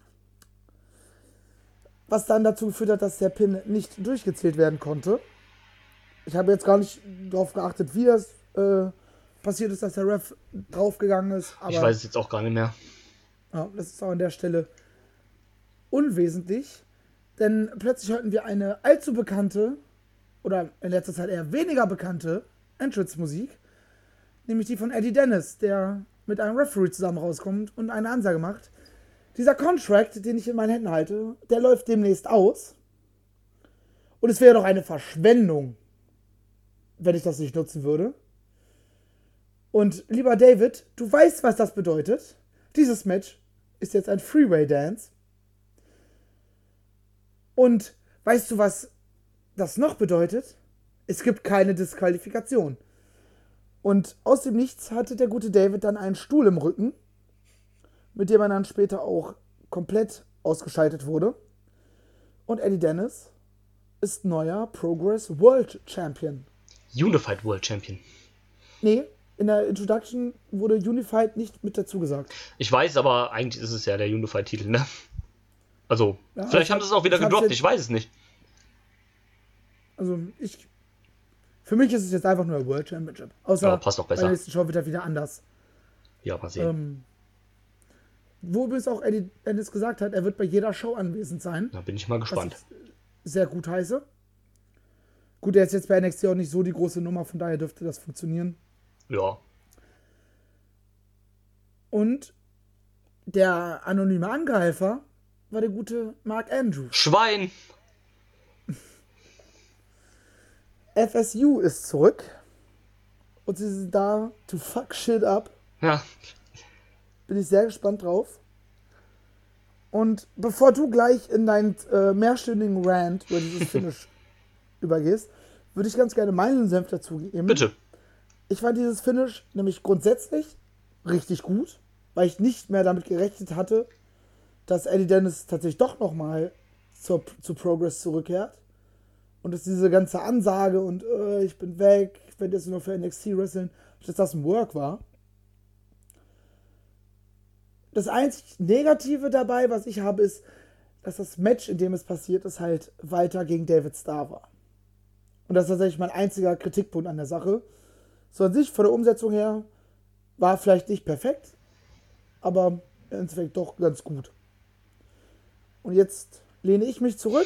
Was dann dazu geführt hat, dass der Pin nicht durchgezählt werden konnte. Ich habe jetzt gar nicht darauf geachtet, wie das äh, passiert ist, dass der Ref draufgegangen ist. Aber Ich weiß es jetzt auch gar nicht mehr. ja, das ist auch an der Stelle unwesentlich. Denn plötzlich hörten wir eine allzu bekannte, oder in letzter Zeit eher weniger bekannte Entrance-Musik. Nämlich die von Eddie Dennis, der mit einem Referee zusammen rauskommt und eine Ansage macht. Dieser Contract, den ich in meinen Händen halte, der läuft demnächst aus. Und es wäre doch eine Verschwendung, wenn ich das nicht nutzen würde. Und lieber David, du weißt, was das bedeutet. Dieses Match ist jetzt ein Freeway-Dance. Und weißt du, was das noch bedeutet? Es gibt keine Disqualifikation. Und aus dem Nichts hatte der gute David dann einen Stuhl im Rücken, mit dem er dann später auch komplett ausgeschaltet wurde. Und Eddie Dennis ist neuer Progress World Champion. Unified World Champion. Nee, in der Introduction wurde Unified nicht mit dazu gesagt. Ich weiß, aber eigentlich ist es ja der Unified-Titel, ne? Also, Ja, vielleicht ich haben hab- sie es auch wieder ich hab's gedroppt, jetzt- ich weiß es nicht. Also ich... Für mich ist es jetzt einfach nur ein World Championship. Außer Ja, passt doch besser. bei der nächsten Show wird er wieder anders. Ja, mal sehen. Ähm, wo übrigens auch Eddie Dennis gesagt hat, er wird bei jeder Show anwesend sein. Da bin ich mal Was gespannt. ich sehr gut heiße. Gut, er ist jetzt bei N X T auch nicht so die große Nummer, von daher dürfte das funktionieren. Ja. Und der anonyme Angreifer war der gute Mark Andrews. Schwein! F S U ist zurück. und sie sind da to fuck shit up. Ja. Bin ich sehr gespannt drauf. Und bevor du gleich in deinen äh, mehrstündigen Rant über dieses Finish übergehst, würde ich ganz gerne meinen Senf dazugeben. Bitte. Ich fand dieses Finish nämlich grundsätzlich richtig gut, weil ich nicht mehr damit gerechnet hatte, dass Eddie Dennis tatsächlich doch nochmal zu Progress zurückkehrt. Und dass diese ganze Ansage und äh, ich bin weg, ich werde jetzt nur für N X T wresteln, dass das ein Work war. Das einzig Negative dabei, was ich habe, ist, dass das Match, in dem es passiert ist, halt weiter gegen David Starr war. Und das ist tatsächlich mein einziger Kritikpunkt an der Sache. So an sich, von der Umsetzung her, war vielleicht nicht perfekt, aber im Endeffekt doch ganz gut. Und jetzt lehne ich mich zurück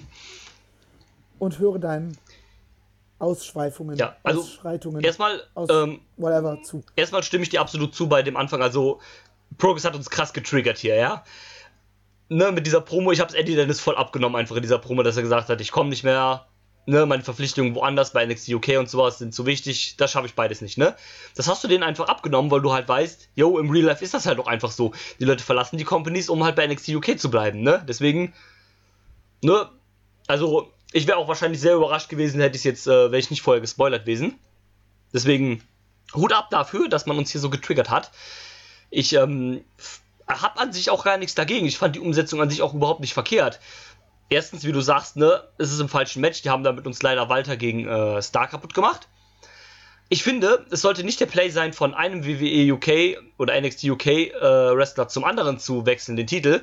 und höre deinen Ausschweifungen, ja, also Ausschreitungen, erstmal, aus ähm, whatever zu. Erstmal stimme ich dir absolut zu bei dem Anfang, also Progress hat uns krass getriggert hier, ja. Ne, mit dieser Promo, ich hab's Eddie Dennis voll abgenommen, einfach in dieser Promo, dass er gesagt hat, ich komme nicht mehr, ne, meine Verpflichtungen woanders bei N X T U K und sowas sind zu wichtig, das schaffe ich beides nicht, ne. Das hast du denen einfach abgenommen, weil du halt weißt, yo, im Real Life ist das halt auch einfach so. Die Leute verlassen die Companies, um halt bei N X T U K zu bleiben, ne. Deswegen, ne, also ich wäre auch wahrscheinlich sehr überrascht gewesen, hätte ich jetzt, äh, wäre ich nicht vorher gespoilert gewesen. Deswegen, Hut ab dafür, dass man uns hier so getriggert hat. Ich ähm, habe an sich auch gar nichts dagegen. Ich fand die Umsetzung an sich auch überhaupt nicht verkehrt. Erstens, wie du sagst, ne, es ist im falschen Match. Die haben damit uns leider Walter gegen äh, Starr kaputt gemacht. Ich finde, es sollte nicht der Play sein, von einem W W E U K oder N X T U K äh, Wrestler zum anderen zu wechseln, den Titel.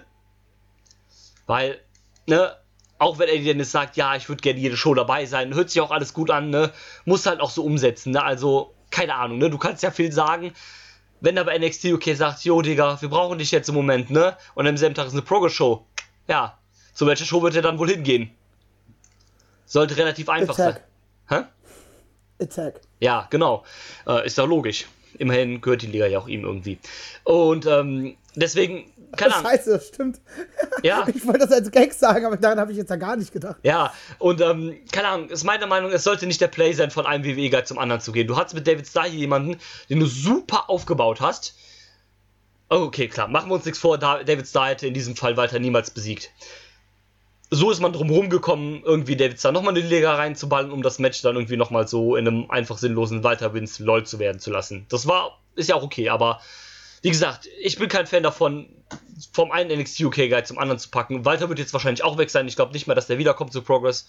Weil, ne, auch wenn Eddie Dennis sagt, ja, ich würde gerne jede Show dabei sein, hört sich auch alles gut an, ne, muss halt auch so umsetzen, ne, also, keine Ahnung, ne, du kannst ja viel sagen, wenn aber N X T U K sagt, jo, Digga, wir brauchen dich jetzt im Moment, ne, und am selben Tag ist eine Progress-Show, ja, zu welcher Show wird er dann wohl hingehen? Sollte relativ einfach Attack. sein. Hä? Attack. Ja, genau, äh, ist doch logisch. Immerhin gehört die Liga ja auch ihm irgendwie. Und ähm, deswegen, keine Ahnung. Scheiße, das stimmt. Ja. Ich wollte das als Gag sagen, aber daran habe ich jetzt ja gar nicht gedacht. Ja, und ähm, keine Ahnung, ist meine Meinung, es sollte nicht der Play sein, von einem W W E-Guy zum anderen zu gehen. Du hattest mit David Starr hier jemanden, den du super aufgebaut hast. Oh, okay, klar, machen wir uns nichts vor, David Starr hätte in diesem Fall Walter niemals besiegt. So ist man drum rumgekommen, irgendwie David Starr nochmal in die Liga reinzuballen, um das Match dann irgendwie nochmal so in einem einfach sinnlosen Walter-Wins LOL zu werden zu lassen. Das war, ist ja auch okay, aber wie gesagt, ich bin kein Fan davon, vom einen N X T U K-Guy zum anderen zu packen. Walter wird jetzt wahrscheinlich auch weg sein, ich glaube nicht mehr, dass der wiederkommt zu Progress.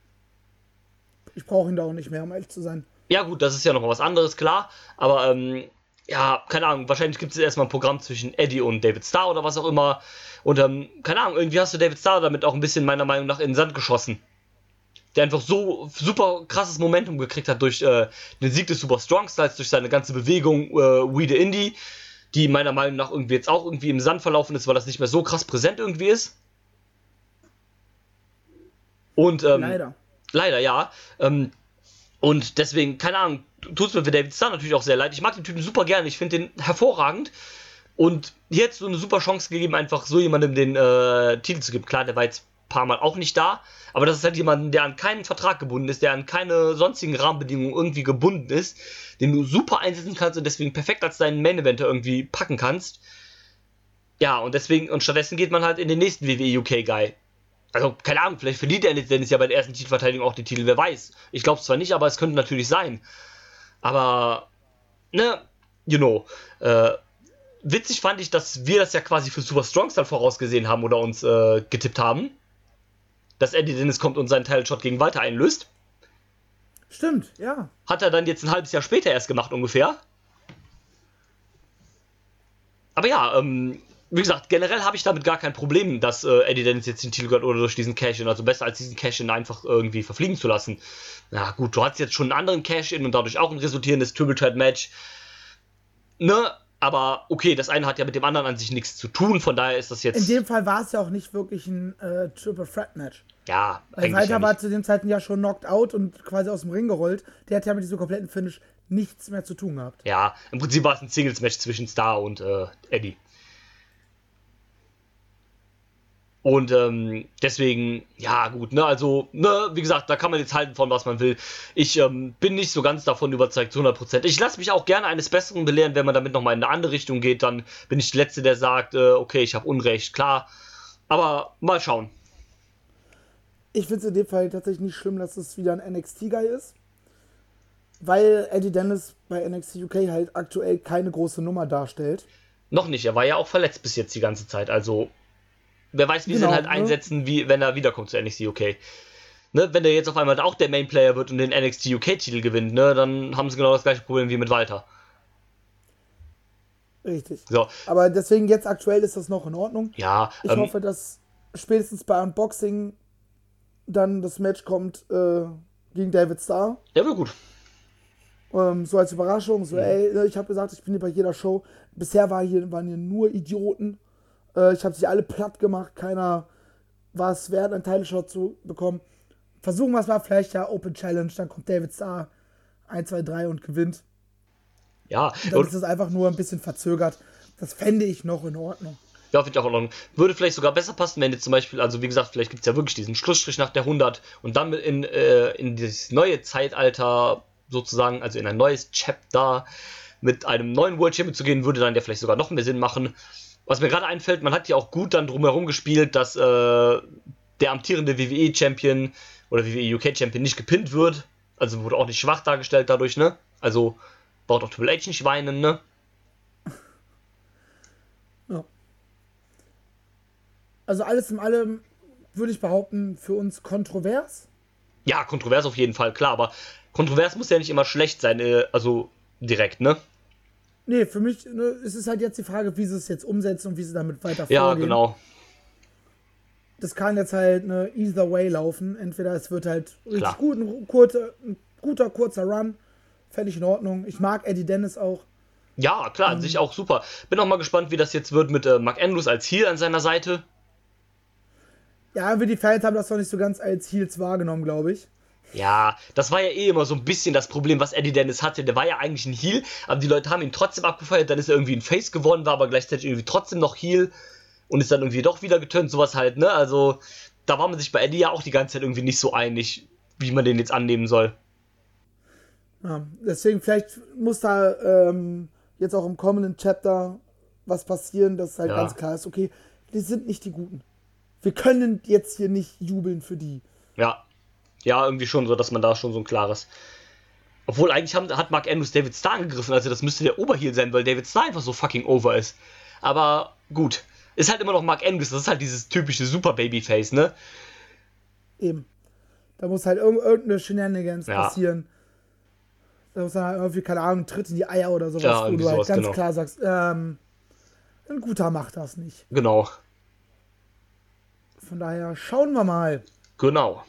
Ich brauche ihn da auch nicht mehr, um ehrlich zu sein. Ja gut, das ist ja nochmal was anderes, klar, aber ähm, ja, keine Ahnung, wahrscheinlich gibt es erstmal ein Programm zwischen Eddie und David Starr oder was auch immer. Und ähm, keine Ahnung, irgendwie hast du David Starr damit auch ein bisschen meiner Meinung nach in den Sand geschossen. Der einfach so super krasses Momentum gekriegt hat durch äh, den Sieg des Super Strong Styles, durch seine ganze Bewegung äh, We the Indie, die meiner Meinung nach irgendwie jetzt auch irgendwie im Sand verlaufen ist, weil das nicht mehr so krass präsent irgendwie ist. Und ähm, leider. Leider, ja. Ähm, und deswegen, keine Ahnung, tut es mir für David Starr natürlich auch sehr leid. Ich mag den Typen super gerne, ich finde den hervorragend. Und jetzt so eine super Chance gegeben, einfach so jemandem den äh, Titel zu geben. Klar, der war jetzt ein paar Mal auch nicht da, aber das ist halt jemand, der an keinen Vertrag gebunden ist, der an keine sonstigen Rahmenbedingungen irgendwie gebunden ist, den du super einsetzen kannst und deswegen perfekt als deinen Main-Eventer irgendwie packen kannst. Ja, und deswegen, und stattdessen geht man halt in den nächsten W W E U K-Guy. Also, keine Ahnung, vielleicht verliert er Dennis ja bei der ersten Titelverteidigung auch den Titel, wer weiß. Ich glaube es zwar nicht, aber es könnte natürlich sein. Aber, ne, you know, äh, witzig fand ich, dass wir das ja quasi für Super Strong Style vorausgesehen haben oder uns äh, getippt haben. Dass Eddie Dennis kommt und seinen Title-Shot gegen Walter einlöst. Stimmt, ja. Hat er dann jetzt ein halbes Jahr später erst gemacht ungefähr. Aber ja, ähm, wie gesagt, generell habe ich damit gar kein Problem, dass äh, Eddie Dennis jetzt den Titel gehört oder durch diesen Cash-In. Also besser als diesen Cash-In einfach irgendwie verfliegen zu lassen. Na gut, du hast jetzt schon einen anderen Cash-In und dadurch auch ein resultierendes Triple Threat Match. Ne? Aber okay, das eine hat ja mit dem anderen an sich nichts zu tun, von daher ist das jetzt... In dem Fall war es ja auch nicht wirklich ein äh, Triple Threat Match. Ja, Weil eigentlich Walter ja war nicht. zu dem Zeitpunkt ja schon knocked out und quasi aus dem Ring gerollt. Der hat ja mit diesem kompletten Finish nichts mehr zu tun gehabt. Ja, im Prinzip war es ein Singles-Match zwischen Starr und äh, Eddie. Und ähm, deswegen, ja gut, ne, also, ne, wie gesagt, da kann man jetzt halten von, was man will. Ich ähm, bin nicht so ganz davon überzeugt, zu hundert Prozent. Ich lasse mich auch gerne eines Besseren belehren, wenn man damit nochmal in eine andere Richtung geht, dann bin ich der Letzte, der sagt, äh, okay, ich habe Unrecht, klar. Aber mal schauen. Ich finde es in dem Fall tatsächlich nicht schlimm, dass es wieder ein N X T-Guy ist, weil Eddie Dennis bei N X T U K halt aktuell keine große Nummer darstellt. Noch nicht, er war ja auch verletzt bis jetzt die ganze Zeit, also wer weiß, wie Genau, sie ihn halt ne? einsetzen, wie, wenn er wiederkommt zu N X T U K. Ne, wenn der jetzt auf einmal auch der Main-Player wird und den N X T U K-Titel gewinnt, ne, dann haben sie genau das gleiche Problem wie mit Walter. Richtig. So. Aber deswegen jetzt aktuell ist das noch in Ordnung. Ja, Ich ähm, hoffe, dass spätestens bei Unboxing dann das Match kommt äh, gegen David Starr. der wird gut. Ähm, so als Überraschung, so ey, ne, ich habe gesagt, ich bin hier bei jeder Show. Bisher war hier, waren hier nur Idioten. Äh, ich habe sie alle platt gemacht. Keiner war es wert, einen Title-Shot zu bekommen. Versuchen wir es mal, vielleicht ja Open Challenge. Dann kommt David Starr eins, zwei, drei und gewinnt. Ja, Und dann und, ist es einfach nur ein bisschen verzögert. Das fände ich noch in Ordnung. ja, finde ich auch in Ordnung. Würde vielleicht sogar besser passen, wenn jetzt zum Beispiel, also wie gesagt, vielleicht gibt es ja wirklich diesen Schlussstrich nach der hundert und dann in, äh, in dieses neue Zeitalter sozusagen, also in ein neues Chapter mit einem neuen World Champion zu gehen, würde dann ja vielleicht sogar noch mehr Sinn machen. Was mir gerade einfällt, man hat ja auch gut dann drumherum gespielt, dass äh, der amtierende W W E-Champion oder W W E U K-Champion nicht gepinnt wird. Also wurde auch nicht schwach dargestellt dadurch, ne? Also braucht auch Triple H nicht weinen, ne? Ja. Also alles in allem würde ich behaupten, für uns kontrovers. Ja, kontrovers auf jeden Fall, klar, aber kontrovers muss ja nicht immer schlecht sein, äh, also direkt, ne? Nee, für mich ne, ist es halt jetzt die Frage, wie sie es jetzt umsetzen und wie sie damit weiter Ja, vorgehen. genau. Das kann jetzt halt eine either way laufen. Entweder es wird halt richtig Klar. gut, ein, kurzer, ein guter, kurzer Run. Fände ich in Ordnung. Ich mag Eddie Dennis auch. Ja, klar, an sich auch super. Bin auch mal gespannt, wie das jetzt wird mit äh, Mark Andrews als Heel an seiner Seite. Ja, wir die Fans haben das noch nicht so ganz als Heels wahrgenommen, glaube ich. Ja, das war ja eh immer so ein bisschen das Problem, was Eddie Dennis hatte. Der war ja eigentlich ein Heel, aber die Leute haben ihn trotzdem abgefeiert. Dann ist er irgendwie ein Face geworden, war aber gleichzeitig irgendwie trotzdem noch Heel und ist dann irgendwie doch wieder geturnt, sowas halt, ne? Also, da war man sich bei Eddie ja auch die ganze Zeit irgendwie nicht so einig, wie man den jetzt annehmen soll. Ja, deswegen vielleicht muss da ähm, jetzt auch im kommenden Chapter was passieren, dass halt Ja. ganz klar ist, okay, die sind nicht die Guten. Wir können jetzt hier nicht jubeln für die. Ja. Ja, irgendwie schon so, dass man da schon so ein klares. Obwohl, eigentlich haben, hat Mark Andrews David Starr angegriffen, also das müsste der Oberheel sein, weil David Starr einfach so fucking over ist. Aber gut. Ist halt immer noch Mark Andrews, das ist halt dieses typische Super Babyface, ne? Eben. Da muss halt irg irgendeine Shenanigans Ja. passieren. Da muss dann halt irgendwie, keine Ahnung, Tritt in die Eier oder sowas, Ja, wo irgendwie du halt sowas, ganz genau. klar sagst, ähm, ein guter macht das nicht. Genau. Von daher schauen wir mal. Genau.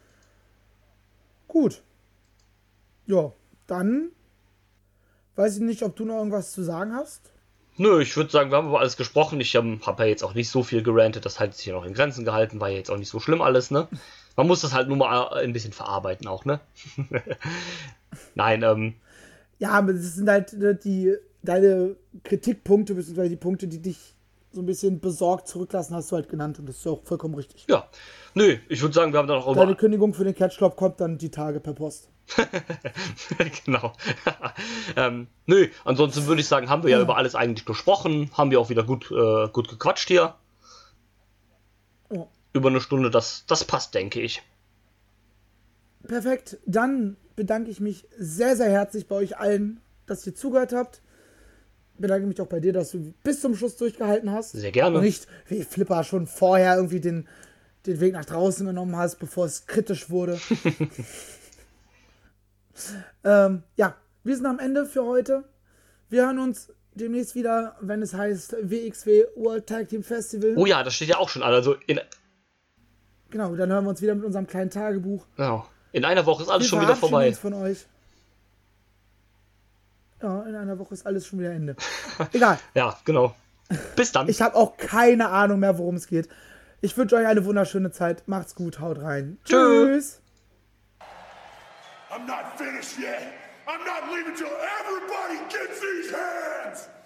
Gut. Ja, dann weiß ich nicht, ob du noch irgendwas zu sagen hast. Nö, ich würde sagen, wir haben über alles gesprochen. Ich ähm, habe ja jetzt auch nicht so viel gerantet, das hat sich ja noch in Grenzen gehalten, war ja jetzt auch nicht so schlimm alles, ne? Man muss das halt nur mal ein bisschen verarbeiten auch, ne? Nein, ähm, Ja, aber das sind halt äh, die deine Kritikpunkte, beziehungsweise die Punkte, die dich so ein bisschen besorgt zurücklassen, hast du halt genannt und das ist auch vollkommen richtig. ja. Nö, ich würde sagen, wir haben da noch Deine über... Kündigung für den Catch Club kommt dann die Tage per Post. Genau. ähm, nö, ansonsten würde ich sagen, haben wir ja über alles eigentlich gesprochen, haben wir auch wieder gut, äh, gut gequatscht hier. Ja. Über eine Stunde, das, das passt, denke ich. Perfekt, dann bedanke ich mich sehr, sehr herzlich bei euch allen, dass ihr zugehört habt. Bedanke mich auch bei dir, dass du bis zum Schluss durchgehalten hast. Sehr gerne. Und nicht, wie Flipper, schon vorher irgendwie den, den Weg nach draußen genommen hast, bevor es kritisch wurde. ähm, ja, wir sind am Ende für heute. Wir hören uns demnächst wieder, wenn es heißt W X W World Tag Team Festival. Oh ja, das steht ja auch schon an. Also in, Genau, dann hören wir uns wieder mit unserem kleinen Tagebuch. genau. In einer Woche ist alles Wir schon wieder verabschieden vorbei. uns von euch. Ja, in einer Woche ist alles schon wieder Ende. Egal. Ja, genau. Bis dann. Ich habe auch keine Ahnung mehr, worum es geht. Ich wünsche euch eine wunderschöne Zeit. Macht's gut, haut rein. Tschö. Tschüss. I'm not finished yet. I'm not leaving till everybody gets these hands.